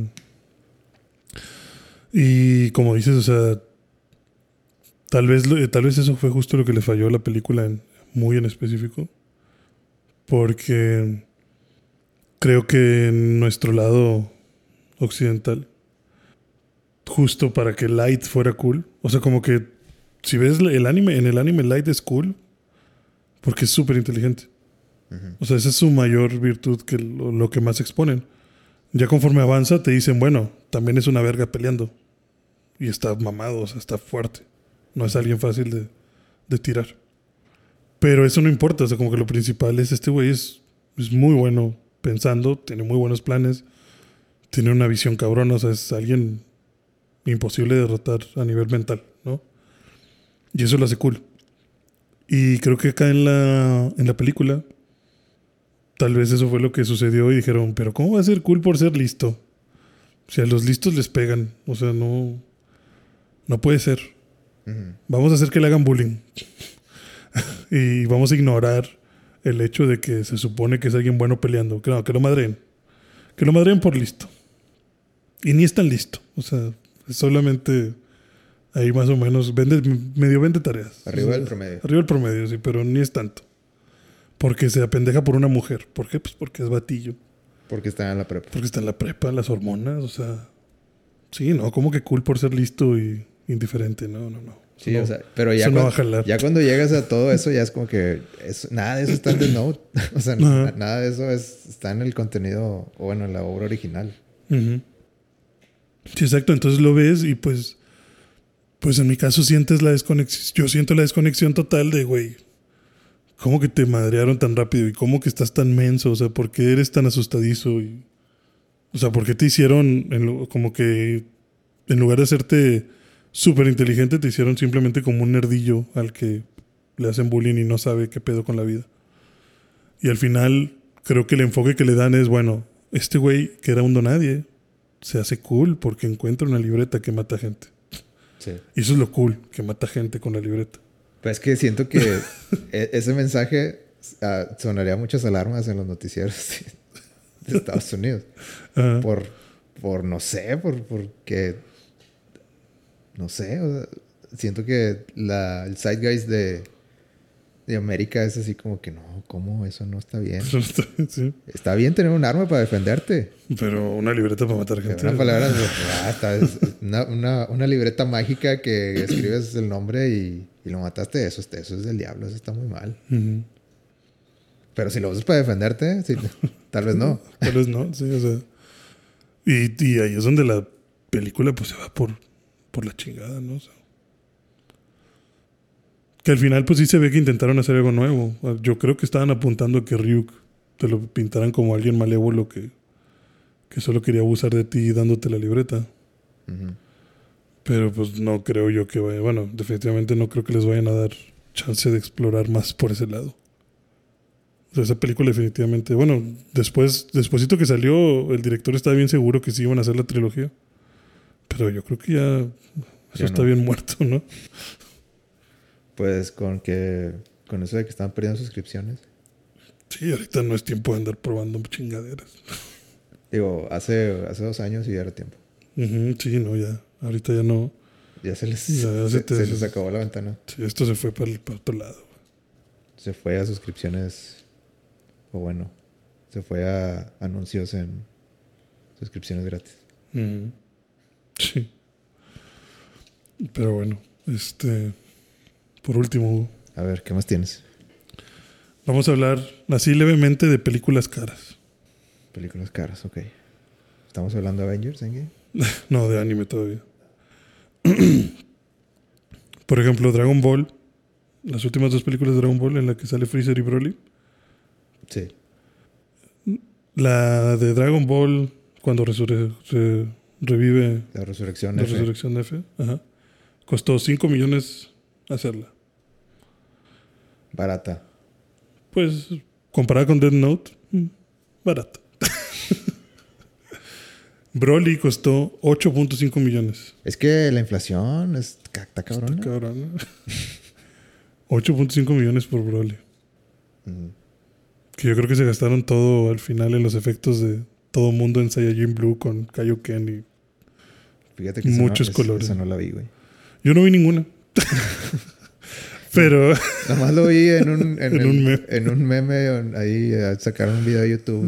Y como dices, o sea, tal vez eso fue justo lo que le falló a la película muy en específico. Porque creo que en nuestro lado occidental, justo para que Light fuera cool, o sea, como que si ves el anime, en el anime Light es cool porque es súper inteligente. Uh-huh. O sea, esa es su mayor virtud, que lo que más exponen. Ya conforme avanza te dicen, bueno, también es una verga peleando. Y está mamado, o sea, está fuerte. No es alguien fácil de tirar. Pero eso no importa, o sea, como que lo principal es este güey es muy bueno pensando, tiene muy buenos planes, tiene una visión cabrona, o sea, es alguien imposible de derrotar a nivel mental, ¿no? Y eso lo hace cool. Y creo que acá en la película, tal vez eso fue lo que sucedió y dijeron, pero ¿cómo va a ser cool por ser listo? O sea, a los listos les pegan, o sea, no puede ser. Uh-huh. Vamos a hacer que le hagan bullying. Y vamos a ignorar el hecho de que se supone que es alguien bueno peleando. Que no, que lo madreen. Que lo madreen por listo. Y ni es tan listo. O sea, es solamente ahí más o menos medio vende tareas. Arriba o sea, del promedio. Arriba del promedio, sí, pero ni es tanto. Porque se apendeja por una mujer. ¿Por qué? Pues porque es batillo. Porque está en la prepa. Porque está en la prepa, las hormonas, o sea... Sí, ¿no? Como que cool por ser listo y indiferente. No. Sí, no, o sea, pero ya, no va a jalar. Ya cuando llegas a todo eso, ya es como que nada de eso está en The Note. O sea, nada de eso está en el contenido, o bueno, en la obra original. Uh-huh. Sí, exacto. Entonces lo ves y pues en mi caso sientes la desconexión. Yo siento la desconexión total de, güey, ¿cómo que te madrearon tan rápido? ¿Y cómo que estás tan menso? O sea, ¿por qué eres tan asustadizo? O sea, ¿por qué te hicieron como que en lugar de hacerte súper inteligente, te hicieron simplemente como un nerdillo al que le hacen bullying y no sabe qué pedo con la vida? Y al final creo que el enfoque que le dan es, bueno, este güey que era un donadie se hace cool porque encuentra una libreta que mata gente. Sí. Y eso es lo cool, que mata gente con la libreta. Pues es que siento que ese mensaje sonaría muchas alarmas en los noticieros de Estados Unidos. Uh-huh. Por no sé, porque... No sé, o sea, siento que el zeitgeist de América es así como que no, ¿cómo? Eso no está bien. Sí. Está bien tener un arma para defenderte. Pero una libreta para matar gente. Una palabra, una libreta mágica que escribes el nombre y lo mataste, eso es del diablo, eso está muy mal. Uh-huh. Pero si lo usas para defenderte, sí, tal vez no. Tal vez no, sí, o sea. Y ahí es donde la película pues se va por la chingada, ¿no? O sea, que al final pues sí se ve que intentaron hacer algo nuevo. Yo creo que estaban apuntando a que Ryuk te lo pintaran como alguien malévolo que solo quería abusar de ti dándote la libreta. Uh-huh. Pero pues no creo yo que vaya... Bueno, definitivamente no creo que les vayan a dar chance de explorar más por ese lado. O sea, esa película definitivamente... Bueno, despuésito que salió, el director estaba bien seguro que sí iban a hacer la trilogía. Pero yo creo que ya eso está bien muerto, ¿no? Pues con eso de que están perdiendo suscripciones. Sí, ahorita no es tiempo de andar probando chingaderas. Digo, hace 2 años y ya era tiempo. Uh-huh, sí, no, ya. Ahorita ya no. Ya se les acabó la ventana. Sí, esto se fue para otro lado. Se fue a suscripciones. O bueno, se fue a anuncios en suscripciones gratis. Uh-huh. Sí. Pero bueno, por último, Hugo. A ver, ¿qué más tienes? Vamos a hablar así levemente de películas caras. Películas caras, ok. ¿Estamos hablando de Avengers, Endgame? No, de anime todavía. Por ejemplo, Dragon Ball. Las últimas 2 películas de Dragon Ball en la que sale Freezer y Broly. Sí. La de Dragon Ball, cuando revive La resurrección la F. resurrección de F. Ajá. Costó 5 millones hacerla. Barata. Pues, comparada con Death Note, barata. Broly costó 8.5 millones. Es que la inflación está cabrona. Está cabrón, ¿no? 8.5 millones por Broly. Ujú. Que yo creo que se gastaron todo al final en los efectos de todo mundo en Saiyajin Blue con Kaioken y Fíjate que muchos colores. Esa no la vi, güey. yo no vi ninguna. Pero Nomás lo vi en un, En un meme. en un meme. Ahí sacaron un video de YouTube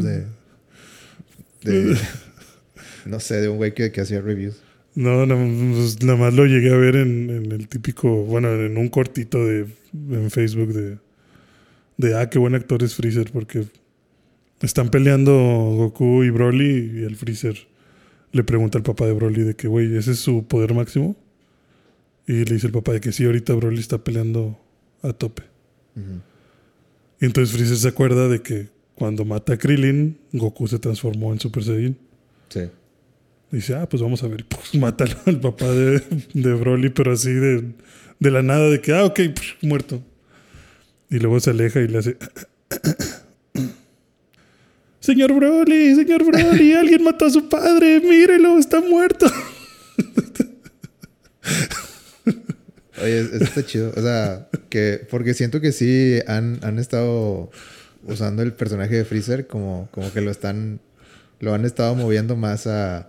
de no sé, de un güey que hacía reviews. no, pues, nada más lo llegué a ver en el típico, bueno, en un cortito en Facebook de qué buen actor es Freezer, porque están peleando Goku y Broly y el Freezer le pregunta al papá de Broly de que, güey, ¿ese es su poder máximo? Y le dice el papá de que sí, ahorita Broly está peleando a tope. Ujú. Y entonces Freezer se acuerda de que cuando mata a Krillin, Goku se transformó en Super Saiyan. Sí. Dice, pues vamos a ver. Pues mata al papá de Broly, pero así de la nada, de que, ok, muerto. Y luego se aleja y le hace... Señor Broly, alguien mató a su padre, mírelo, está muerto. Oye, eso está chido. O sea, porque siento que sí han estado usando el personaje de Freezer como que lo han estado moviendo más a...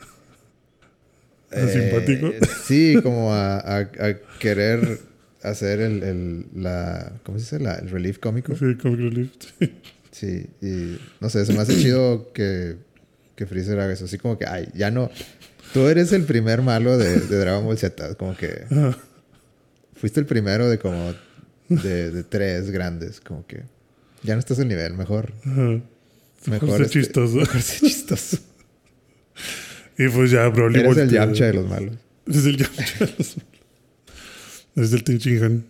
Simpático. Sí, como a querer hacer ¿cómo se dice? El relief cómico. Sí, Comic Relief. Sí. Sí, y no sé, se me hace chido que Freezer haga eso. Así como que, ay, ya no... Tú eres el primer malo de Dragon Ball Z. Como que... Fuiste el primero de como... De 3 grandes. Como que... Ya no estás al nivel. Mejor Mejor ser chistoso. Mejor ser chistoso. Y pues ya Broly Eres el Yamcha de los malos. Es el Yamcha de los malos. Es el Tenshinhan.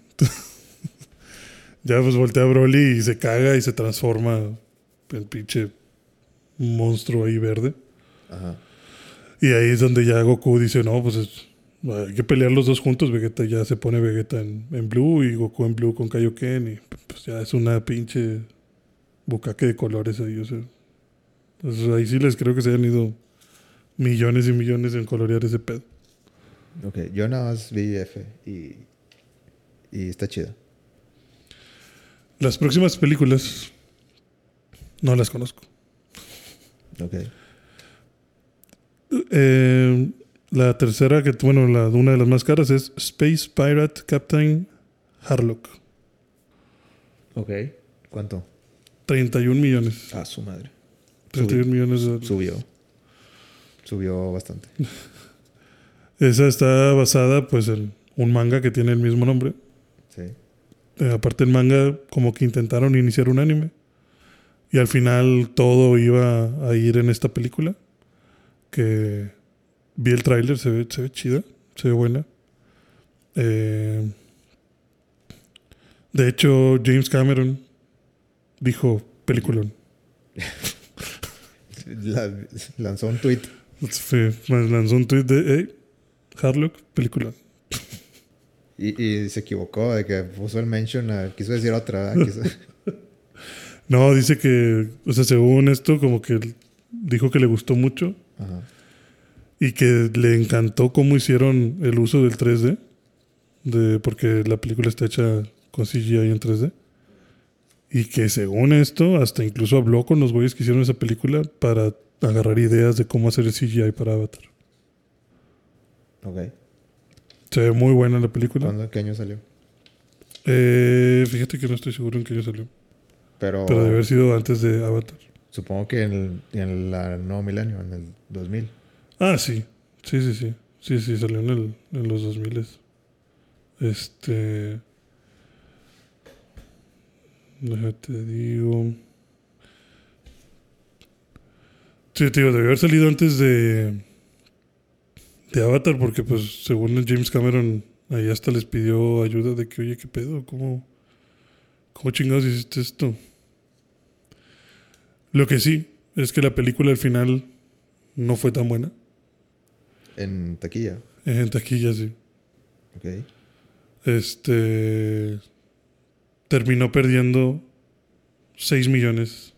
Ya pues voltea a Broly y se caga y se transforma en pinche monstruo ahí verde. Ajá. Y ahí es donde ya Goku dice, no, pues hay que pelear los dos juntos. Vegeta ya se pone Vegeta en Blue y Goku en Blue con Kaioken. Y pues ya es una pinche bucaque de colores ahí. O sea, entonces ahí sí les creo que se hayan ido millones y millones en colorear ese pedo. Ok, yo nada más vi F y está chido. Las próximas películas no las conozco. Ok. La tercera, una de las más caras es Space Pirate Captain Harlock. Ok. ¿Cuánto? 31 millones. Ah, su madre. 31 millones de dólares. Subió bastante. Esa está basada pues en un manga que tiene el mismo nombre. Sí. Aparte el manga como que intentaron iniciar un anime. Y al final todo iba a ir en esta película. Que vi el tráiler, se ve chida, se ve buena. De hecho, James Cameron dijo peliculón. Lanzó un tweet. Lanzó un tweet de hey, Harlock, peliculón. Y se equivocó de que puso el mention, quiso decir otra, ¿verdad? No, dice que, o sea, según esto, como que dijo que le gustó mucho. Ajá. Y que le encantó cómo hicieron el uso del 3D. Porque la película está hecha con CGI en 3D. Y que según esto, hasta incluso habló con los güeyes que hicieron esa película para agarrar ideas de cómo hacer el CGI para Avatar. Ok. Se ve muy buena la película. ¿Qué año salió? Fíjate que no estoy seguro en qué año salió. Pero debe haber sido antes de Avatar. Supongo que en el nuevo milenio, en el 2000. Ah, sí. Sí, salió en los 2000. Déjate digo. Sí, te digo, debió haber salido antes de Avatar, porque pues según el James Cameron, ahí hasta les pidió ayuda de que, oye, ¿qué pedo? ¿Cómo chingados hiciste esto? Lo que sí es que la película al final no fue tan buena. En taquilla. En taquilla, sí. Ok. Terminó perdiendo $6 millones.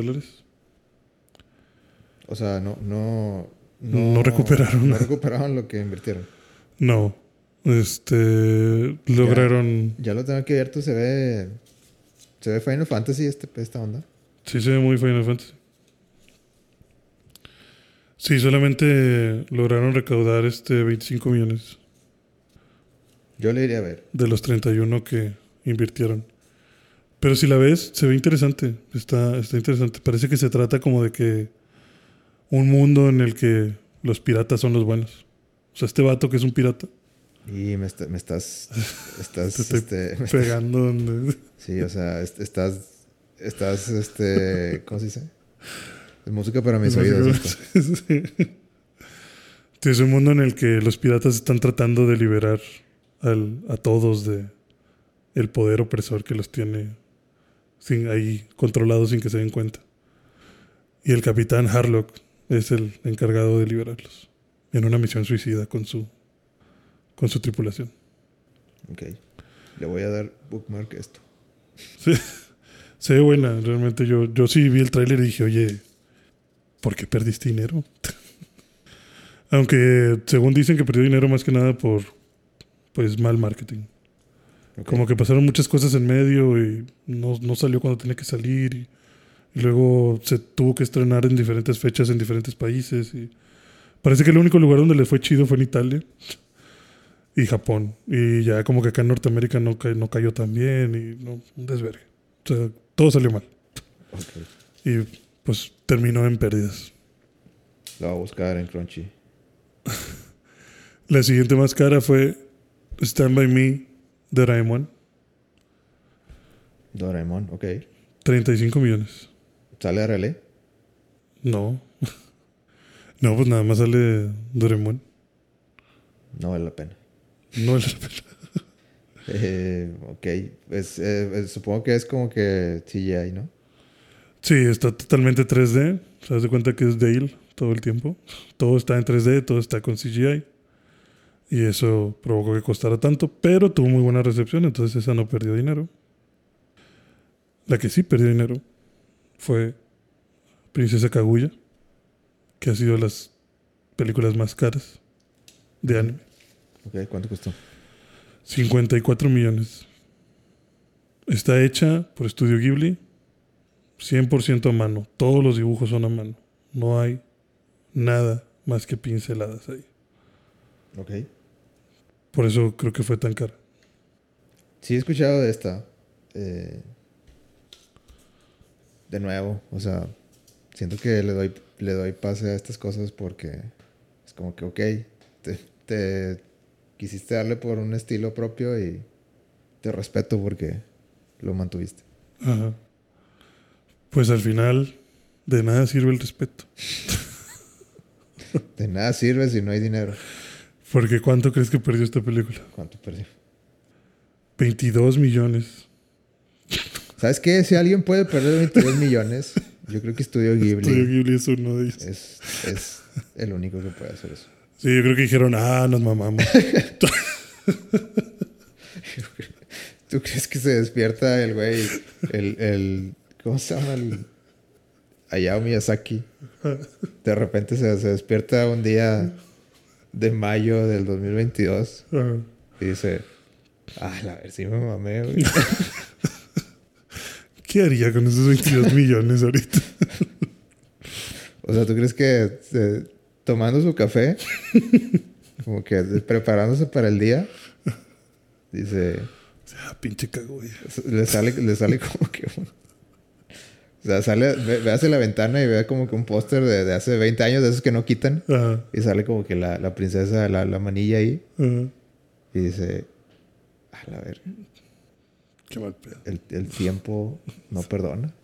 O sea, No recuperaron no nada. recuperaron lo que invirtieron. No. Lograron. Ya lo tengo que ver, se ve Final Fantasy esta onda. Sí, se ve muy Final Fantasy. Sí, solamente lograron recaudar 25 millones Yo le iría a ver. de los 31 que invirtieron. Pero si la ves, se ve interesante. Está interesante. Parece que se trata como de que un mundo en el que los piratas son los buenos. O sea, este vato que es un pirata. Y me estás Te estoy pegando donde... Sí, o sea, estás ¿cómo se dice? Es música para mis oídos. Sí. Es un mundo en el que los piratas están tratando de liberar a todos de el poder opresor que los tiene ahí controlados sin que se den cuenta. Y el capitán Harlock es el encargado de liberarlos en una misión suicida con su tripulación. Ok. Le voy a dar bookmark a esto. Sí. Se ve buena, realmente. Yo sí vi el tráiler y dije, oye, ¿por qué perdiste dinero? Aunque según dicen que perdió dinero más que nada por pues mal marketing. Okay. Como que pasaron muchas cosas en medio y no salió cuando tenía que salir. Y luego se tuvo que estrenar en diferentes fechas en diferentes países. Y parece que el único lugar donde le fue chido fue en Italia y Japón. Y ya como que acá en Norteamérica no cayó tan bien y no, un desvergue. O sea, todo salió mal. Okay. Y pues terminó en pérdidas. Lo voy a buscar en Crunchy. La siguiente más cara fue Stand By Me de Doraemon, ok. 35 millones. ¿Sale RL? No. No, pues nada más sale Doraemon. No vale la pena. No vale la pena. Ok. Supongo que es como que CGI, ¿no? Sí, está totalmente 3D. Se das de cuenta que es Dale todo el tiempo. Todo está en 3D, todo está con CGI. Y eso provocó que costara tanto, pero tuvo muy buena recepción, entonces esa no perdió dinero. La que sí perdió dinero fue Princesa Kaguya, que ha sido de las películas más caras de anime. Ok, ¿cuánto costó? 54 millones. Está hecha por Estudio Ghibli, 100% a mano. Todos los dibujos son a mano. No hay nada más que pinceladas ahí. Ok. Por eso creo que fue tan cara. Sí he escuchado de esta. De nuevo, o sea, siento que le doy pase a estas cosas porque es como que, ok, te quisiste darle por un estilo propio y te respeto porque lo mantuviste. Ajá. Pues al final, de nada sirve el respeto. De nada sirve si no hay dinero. Porque ¿cuánto crees que perdió esta película? ¿Cuánto perdió? 22 millones. ¿Sabes qué? Si alguien puede perder 22 millones, yo creo que Estudio Ghibli. Estudio Ghibli es uno de ellos. Es el único que puede hacer eso. Sí, yo creo que dijeron, nos mamamos. ¿Tú crees que se despierta el güey, ¿cómo se llama? El Hayao Miyazaki. De repente se despierta un día de mayo del 2022 y dice, a ver si me mamé, güey. ¿Qué haría con esos 22 millones ahorita? O sea, ¿tú crees que tomando su café, como que preparándose para el día, dice... pinche cago, le sale como que... O sea, ve hacia la ventana y ve como que un póster de hace 20 años, de esos que no quitan. Ajá. Y sale como que la princesa, la manilla ahí. Ajá. Y dice... A la verga. Qué mal pedo. El tiempo no perdona.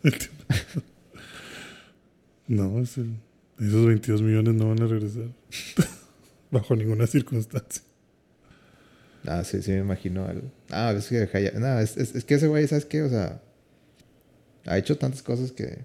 No, esos 22 millones no van a regresar. Bajo ninguna circunstancia. Ah, sí, sí me imagino. Es que no, es que ese güey, ¿sabes qué? O sea, ha hecho tantas cosas que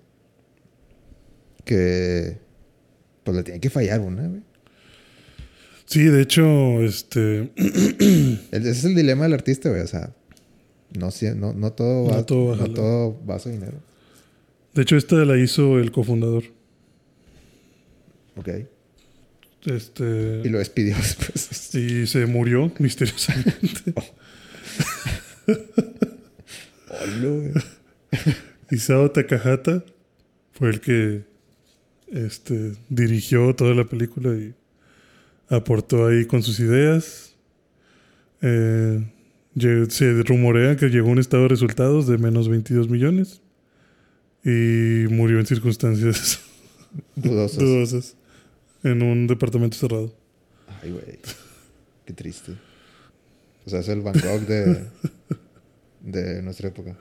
pues le tiene que fallar una, güey. Sí, de hecho, Ese es el dilema del artista, güey. O sea, no todo va, No todo va a no jalar. todo va a su dinero. de hecho, esta la hizo el cofundador. Ok. Este. Y lo despidió después. Y se murió misteriosamente. Hola, güey. Isao Takahata fue el que dirigió toda la película y aportó ahí con sus ideas. Se rumorea que llegó a un estado de resultados de menos 22 millones y murió en circunstancias Dudosos. dudosas en un departamento cerrado. Ay, güey. Qué triste. O sea, es el Van Gogh de nuestra época.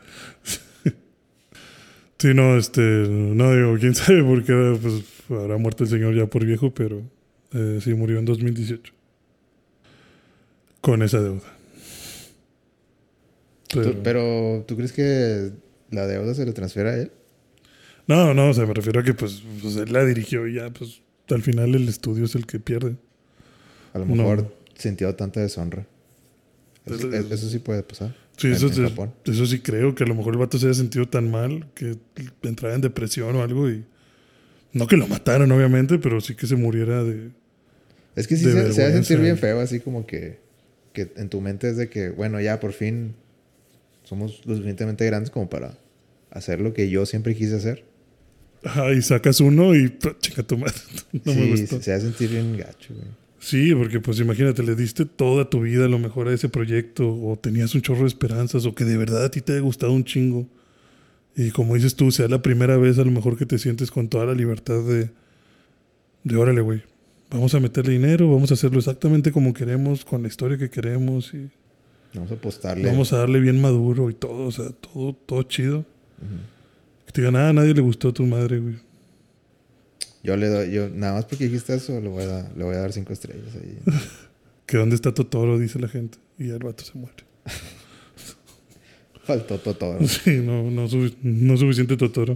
Sí, no, no digo, quién sabe por qué pues, habrá muerto el señor ya por viejo, pero sí murió en 2018 con esa deuda. Pero, ¿tú crees que la deuda se le transfiere a él? No, o sea, me refiero a que pues él la dirigió y ya, pues al final el estudio es el que pierde. A lo No. mejor sintió tanta deshonra. Eso sí puede pasar. Sí, En Japón. eso sí creo que a lo mejor el vato se haya sentido tan mal que entrara en depresión o algo y... No que lo mataran, obviamente, pero sí que se muriera de... Es que sí de se va a sentir vergüenza. bien feo, así como que en tu mente es de que, bueno, ya por fin somos lo suficientemente grandes como para hacer lo que yo siempre quise hacer. Ajá, y sacas uno y... Chica tu madre. No me Sí, gustó. se va a sentir bien gacho, güey. Sí, porque pues imagínate, le diste toda tu vida a lo mejor a ese proyecto o tenías un chorro de esperanzas o que de verdad a ti te haya gustado un chingo. Y como dices tú, sea la primera vez a lo mejor que te sientes con toda la libertad de órale, güey. Vamos a meterle dinero, vamos a hacerlo exactamente como queremos, con la historia que queremos y Vamos a apostarle. vamos a darle bien maduro y todo, o sea, todo chido. Ujú. Que te digan, nada, nadie le gustó a tu madre, güey. Yo nada más porque dijiste eso, le voy a dar 5 estrellas ahí. Que dónde está Totoro, dice la gente. Y ya el vato se muere. Faltó Totoro. Sí, no suficiente Totoro.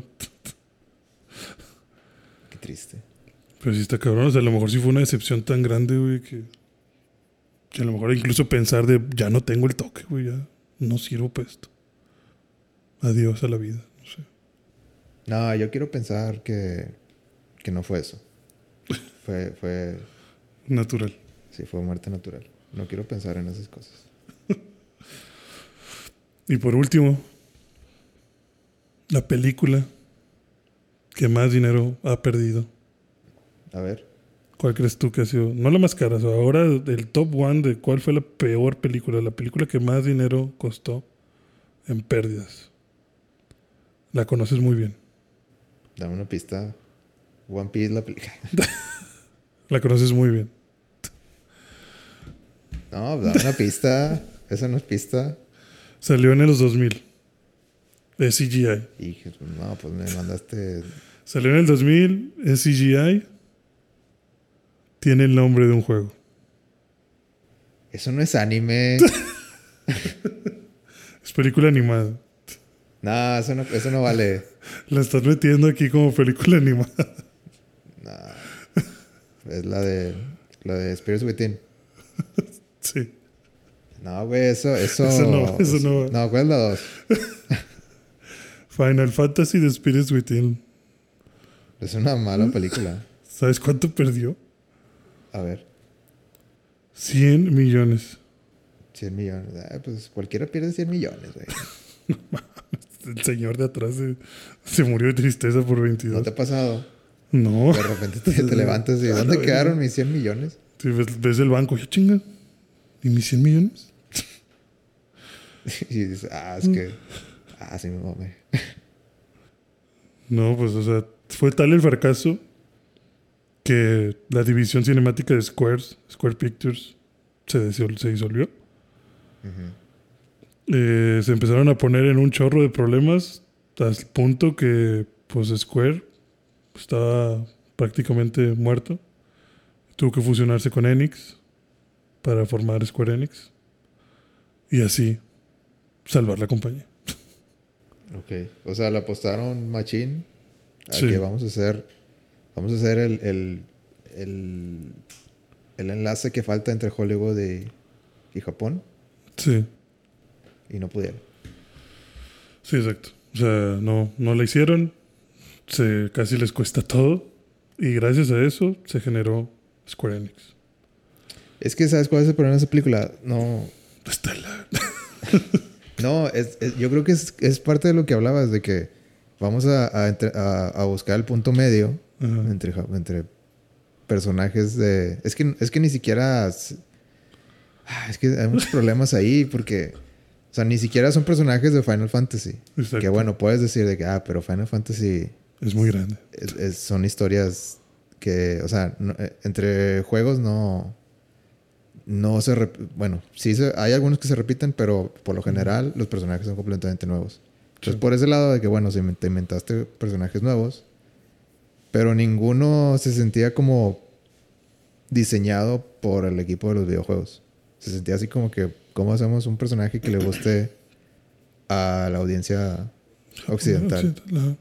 Qué triste. Pero sí está cabrón, o sea, a lo mejor sí fue una decepción tan grande, güey, que a lo mejor incluso pensar de, ya no tengo el toque, güey, ya no sirvo para esto. Adiós a la vida, no sé. No, yo quiero pensar que no fue eso. Fue Natural. Sí, fue muerte natural. No quiero pensar en esas cosas. Y por último, la película que más dinero ha perdido. A ver. ¿Cuál crees tú que ha sido? No la más cara, o sea, ahora el top one de cuál fue la peor película, la película que más dinero costó en pérdidas. La conoces muy bien. Dame una pista. One Piece, la película. La conoces muy bien. No, dame una pista. Esa no es pista. Salió en los 2000. Es CGI. Y no, pues me mandaste. Salió en el 2000, es CGI. Tiene el nombre de un juego. Eso no es anime. Es película animada. No, eso no vale. La estás metiendo aquí como película animada. No. Es la de Spirits Within. Sí. No, güey, eso no va. No, ¿cuál es la 2? Final Fantasy The Spirits Within. Es una mala película. ¿Sabes cuánto perdió? A ver, 100 millones. 100 millones. Pues cualquiera pierde 100 millones, güey. El señor de atrás se murió de tristeza por 22. ¿No te ha pasado? No. De repente te levantas y ¿dónde quedaron mis 100 millones? Sí, ves el banco, ya chinga. ¿Y mis 100 millones? Y dices, es que... sí me mamé. No, pues, o sea, fue tal el fracaso que la división cinemática de Square Pictures, se disolvió. Se empezaron a poner en un chorro de problemas hasta el punto que pues Square estaba prácticamente muerto. Tuvo que fusionarse con Enix para formar Square Enix y así salvar la compañía. Ok. O sea, le apostaron machín a Sí. que vamos a hacer el enlace que falta entre Hollywood y Japón Sí, y no pudieron. sí, exacto. O sea, no la hicieron. Casi les cuesta todo. Y gracias a eso se generó Square Enix. Es que, ¿sabes cuál es el problema de esa película? No, Está la... no, yo creo que es parte de lo que hablabas, de que vamos a buscar el punto medio Ajá. entre personajes de... Es que ni siquiera... Es que hay muchos problemas ahí porque... O sea, ni siquiera son personajes de Final Fantasy. Exacto. Que bueno, puedes decir de que... pero Final Fantasy Es muy grande. son historias que... O sea, entre juegos no se... Bueno, sí hay algunos que se repiten, pero por lo general los personajes son completamente nuevos. Entonces, Sí. por ese lado de que, bueno, si te inventaste personajes nuevos, pero ninguno se sentía como diseñado por el equipo de los videojuegos. Se sentía así como que, ¿cómo hacemos un personaje que le guste a la audiencia occidental? Ajá.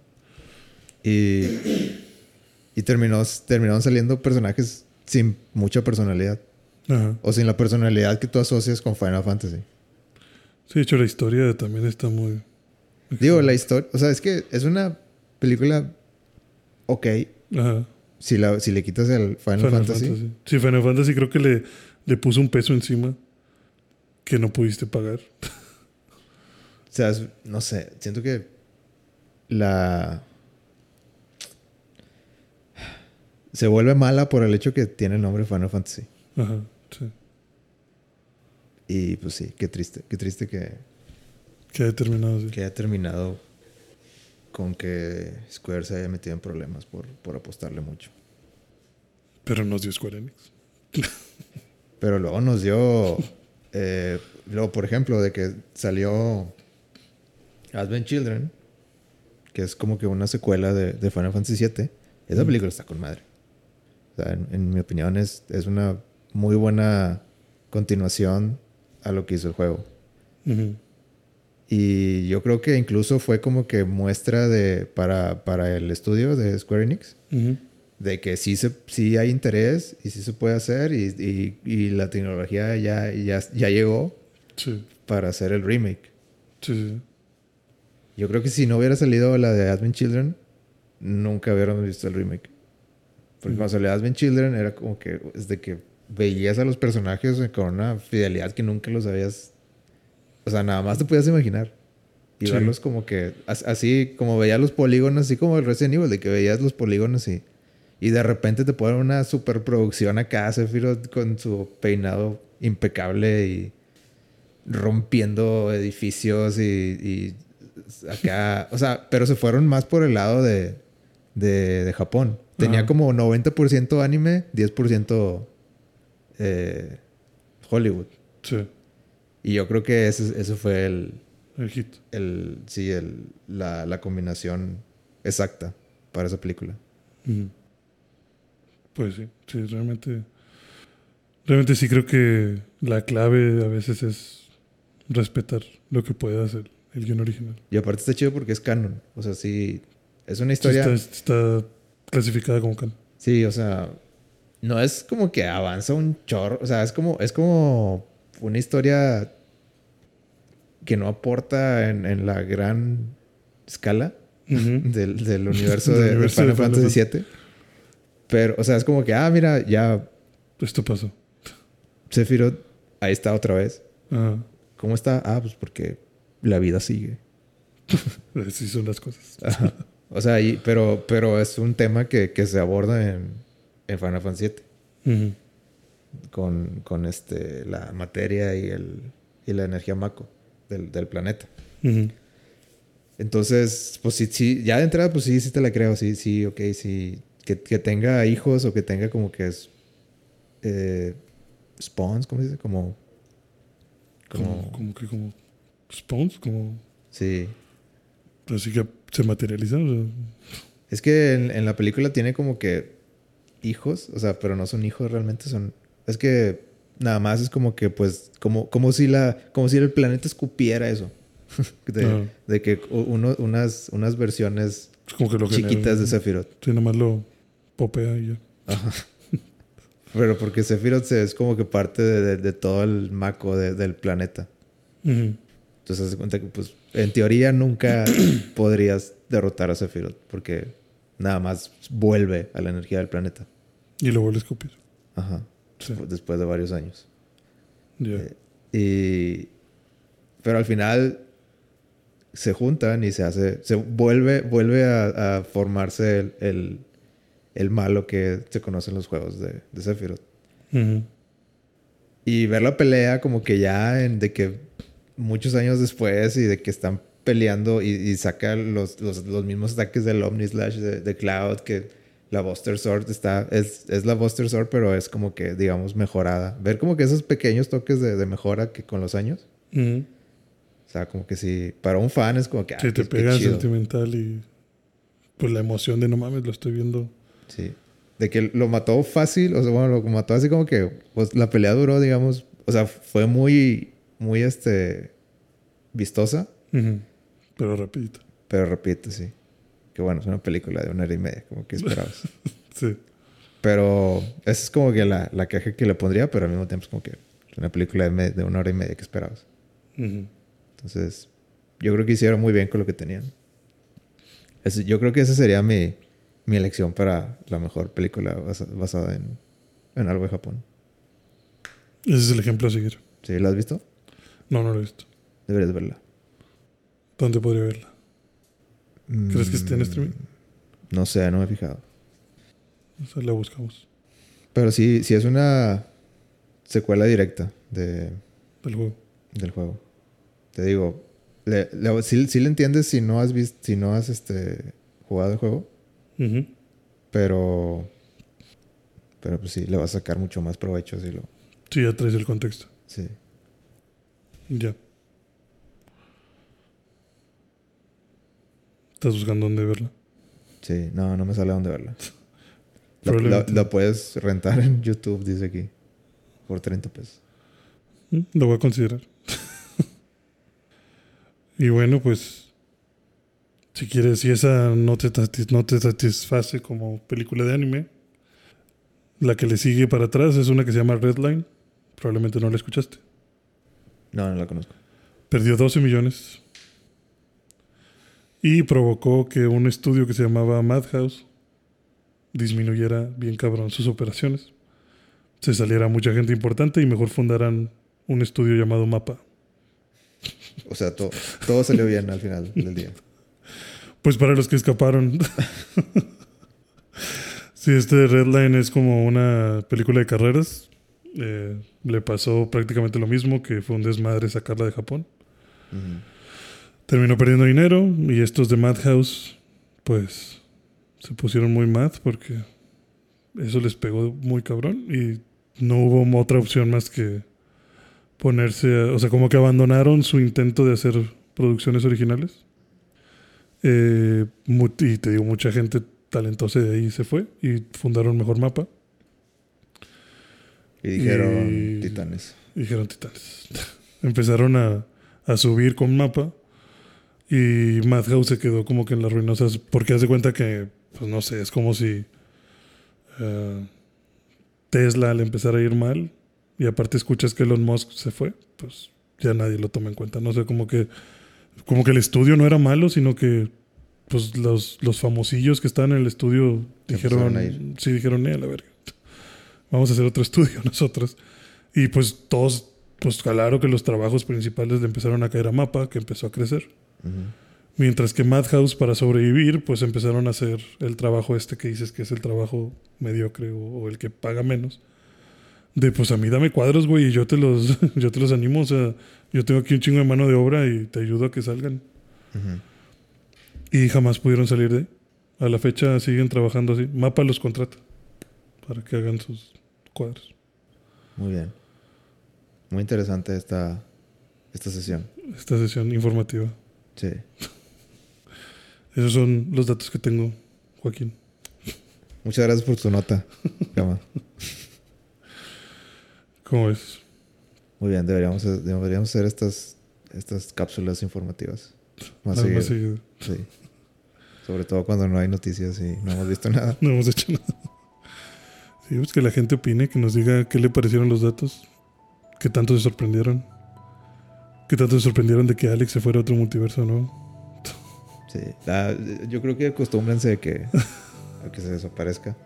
Y terminaron saliendo personajes sin mucha personalidad. Ajá. O sin la personalidad que tú asocias con Final Fantasy. Sí, de hecho la historia también está muy... Digo, la historia... O sea, es que es una película ok Ajá. si le quitas el Final Fantasy. Sí, Final Fantasy creo que le puso un peso encima que no pudiste pagar. O sea, no sé. Siento que se vuelve mala por el hecho que tiene el nombre Final Fantasy. Ajá, sí. Y pues sí, qué triste. Qué triste Que ha determinado, sí. que haya terminado con que Square se haya metido en problemas por apostarle mucho. Pero nos dio Square Enix. Pero luego nos dio... luego, por ejemplo, de que salió Advent Children, que es como que una secuela de Final Fantasy VII. Esa película está con madre. O sea, en mi opinión es una muy buena continuación a lo que hizo el juego. Ujú. Y yo creo que incluso fue como que muestra para el estudio de Square Enix Ujú. de que sí hay interés y sí se puede hacer y la tecnología ya llegó Sí, para hacer el remake. sí, sí. Yo creo que si no hubiera salido la de Advent Children, nunca hubiéramos visto el remake. Porque cuando salió Advent Children era como que es de que veías a los personajes con una fidelidad que nunca los habías... O sea, nada más te podías imaginar. Y Sí. verlos como que... Así como veías los polígonos, así como el Resident Evil, de que veías los polígonos y de repente te ponen una superproducción acá, Sephiroth con su peinado impecable y rompiendo edificios y acá... O sea, pero se fueron más por el lado de Japón. Tenía Ajá. como 90% anime, 10% Hollywood. Sí, Y yo creo que eso fue el hit. la combinación exacta para esa película. Ujú. Pues sí, sí, realmente sí creo que la clave a veces es respetar lo que puede hacer el guion original. Y aparte está chido porque es canon. O sea, sí, es una Sí, historia... está clasificada como canon. Sí, o sea, no es como que avanza un chorro. O sea, es como una historia que no aporta en la gran escala Ujú. del universo Del de universo Final de Final Fantasy VII. Pero, o sea, es como que, mira, ya Esto pasó. Sephiroth ahí está otra vez. Ajá. ¿Cómo está? Pues porque la vida sigue. Así son las cosas. Ajá. O sea, pero es un tema que se aborda en Final Fantasy VII. Ujú. Con la materia y la energía Mako del planeta. Ujú. Entonces, pues sí, ya de entrada, pues sí te la creo. Sí, ok, sí. Que tenga hijos o que tenga como que es... spawns, ¿cómo se dice? Como Como spawns, como Sí. así que se materializan. O sea, Es que en la película tiene como que hijos, o sea, pero no son hijos realmente, son... Es que nada más es como que, pues, como si el planeta escupiera eso. Ah. De que unas versiones es como que lo chiquitas de generan. Sephiroth. Sí, nada más lo popea y ya. Ajá. Pero porque Sephiroth es como que parte de todo el maco del planeta. Ujú. Entonces, haz de cuenta que, pues, en teoría nunca podrías derrotar a Sephiroth porque nada más vuelve a la energía del planeta. Y lo vuelve a escupir. Ajá. Sí. Después de varios años. Ya. Pero al final se juntan y vuelve a formarse el malo que se conoce en los juegos de Sephiroth. Ujú. Y ver la pelea como que ya de que muchos años después y de que están peleando y saca los mismos ataques del Omnislash de Cloud, que la Buster Sword es la Buster Sword, pero es como que, digamos, mejorada. Ver como que esos pequeños toques de mejora que con los años. Ujú. O sea, como que si para un fan es como que... Sí, te qué pega chido. sentimental y pues la emoción de no mames, lo estoy viendo. Sí. De que lo mató fácil, o sea, bueno, lo mató así como que... Pues la pelea duró, digamos... O sea, fue muy vistosa. Ujú. Pero rapidito. Pero repito, sí. Que bueno, es una película de 1 hora y media, como que esperabas. Sí. Pero esa es como que la queja que le pondría, pero al mismo tiempo es como que es una película de 1 hora y media que esperabas. Ujú. Entonces, yo creo que hicieron muy bien con lo que tenían. Yo creo que esa sería mi elección para la mejor película basada en algo de Japón. Ese es el ejemplo a seguir. ¿Sí? ¿La has visto? No, no lo he visto. Deberías verla. ¿Dónde podría verla? ¿Crees que esté en streaming? No sé, no me he fijado. O sea, la buscamos. Pero sí es una secuela directa Del juego. del juego. Te digo, sí le entiendes si no has visto, si no has jugado el juego, Ujú. pero pues sí, le vas a sacar mucho más provecho si lo... Sí, ya traes el contexto. Sí. Ya. ¿Estás buscando dónde verla? Sí, no me sale dónde verla. Probablemente. La puedes rentar en YouTube, dice aquí, por 30 pesos. Lo voy a considerar. Y bueno, pues, si quieres, si esa no te satisface como película de anime, la que le sigue para atrás es una que se llama Redline. Probablemente no la escuchaste. No la conozco. Perdió 12 millones. Y provocó que un estudio que se llamaba Madhouse disminuyera bien cabrón sus operaciones. Se saliera mucha gente importante y mejor fundaran un estudio llamado Mapa. O sea, todo salió bien al final del día. Pues para los que escaparon. Sí, Redline es como una película de carreras. Le pasó prácticamente lo mismo, que fue un desmadre sacarla de Japón. Ujú. Terminó perdiendo dinero y estos de Madhouse, pues, se pusieron muy mad porque eso les pegó muy cabrón y no hubo otra opción más que o sea, como que abandonaron su intento de hacer producciones originales. Y te digo, mucha gente talentosa de ahí se fue y fundaron Mejor Mapa. Y dijeron Y Titanes. dijeron Titanes. Empezaron a subir con Mapa y Madhouse se quedó como que en las ruinosas porque hace cuenta que, pues no sé, es como si Tesla le empezara a ir mal y aparte escuchas que Elon Musk se fue, pues ya nadie lo toma en cuenta. No sé, como que el estudio no era malo, sino que pues los famosillos que estaban en el estudio Empezaron a ir. dijeron, a la verga, vamos a hacer otro estudio nosotros. Y pues todos, pues claro que los trabajos principales le empezaron a caer a Mapa, que empezó a crecer. Ujú. Mientras que Madhouse, para sobrevivir, pues empezaron a hacer el trabajo que dices que es el trabajo mediocre o el que paga menos. De pues a mí dame cuadros, güey, y yo te los animo. O sea, yo tengo aquí un chingo de mano de obra y te ayudo a que salgan. Ujú. Y jamás pudieron salir de ahí. A la fecha siguen trabajando así. Mapa los contrata para que hagan sus cuadros. Muy bien. Muy interesante esta esta sesión. esta sesión informativa. Sí. Esos son los datos que tengo, Joaquín. Muchas gracias por tu nota, Gama. ¿Cómo ves? Muy bien, deberíamos hacer estas cápsulas informativas. Más Nada seguido. más seguido. Sí. Sobre todo cuando no hay noticias y no hemos visto nada. No hemos hecho nada. Sí, pues que la gente opine, que nos diga qué le parecieron los datos, qué tanto se sorprendieron, qué tanto se sorprendieron de que Alex se fuera a otro multiverso, ¿no? Sí. Yo creo que acostúmbrense a que se desaparezca.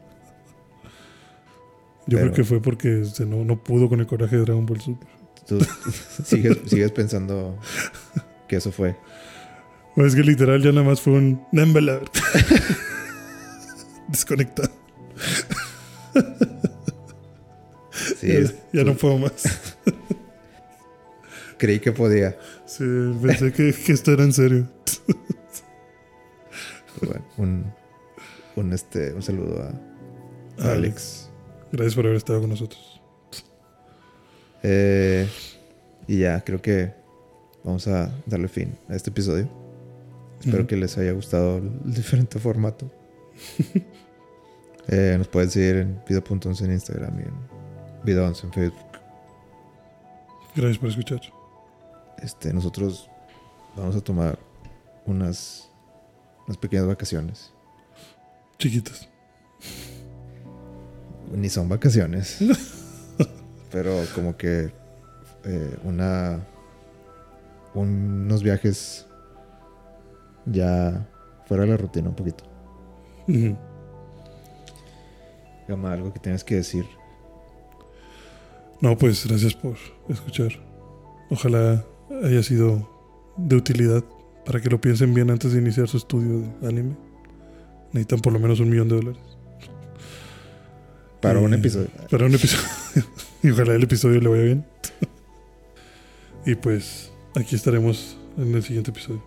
Yo Pero- creo que fue porque no pudo con el coraje de Dragon Ball Super. Tú sigues pensando que eso fue. Bueno, es que literal ya nada más fue un Nembela. Desconectado. Sí, Ya no puedo más. creí que podía. Sí, pensé que esto era en serio. Bueno, un saludo a Alex. Gracias por haber estado con nosotros. Y ya, creo que vamos a darle fin a este episodio. Espero que les haya gustado el diferente formato. Nos pueden seguir en video.11 en Instagram y en video11 en Facebook. Gracias por escuchar. Nosotros vamos a tomar unas pequeñas vacaciones. Chiquitas. Ni son vacaciones. Pero como que unos viajes ya fuera de la rutina un poquito. Ujú. Gama, algo que tienes que decir. No, pues gracias por escuchar. Ojalá haya sido de utilidad para que lo piensen bien antes de iniciar su estudio de anime. Necesitan por lo menos $1 millón. Para un episodio. Para un episodio. Y ojalá el episodio le vaya bien. Y pues aquí estaremos en el siguiente episodio.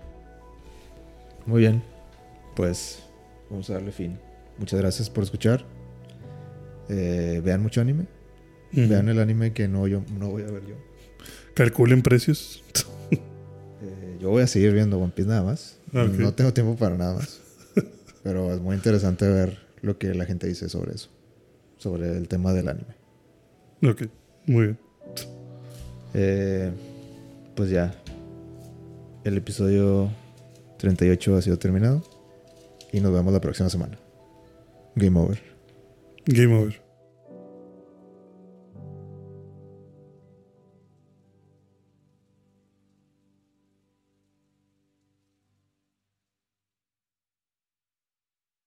Muy bien. Pues vamos a darle fin. Muchas gracias por escuchar. Vean mucho anime. Ujú. Vean el anime que no voy a ver yo. Calculen precios. Yo voy a seguir viendo One Piece nada más. Ok. No tengo tiempo para nada más. Pero es muy interesante ver lo que la gente dice sobre eso. Sobre el tema del anime. Ok, muy bien. Pues ya. El episodio 38 ha sido terminado. Y nos vemos la próxima semana. Game over. Game over.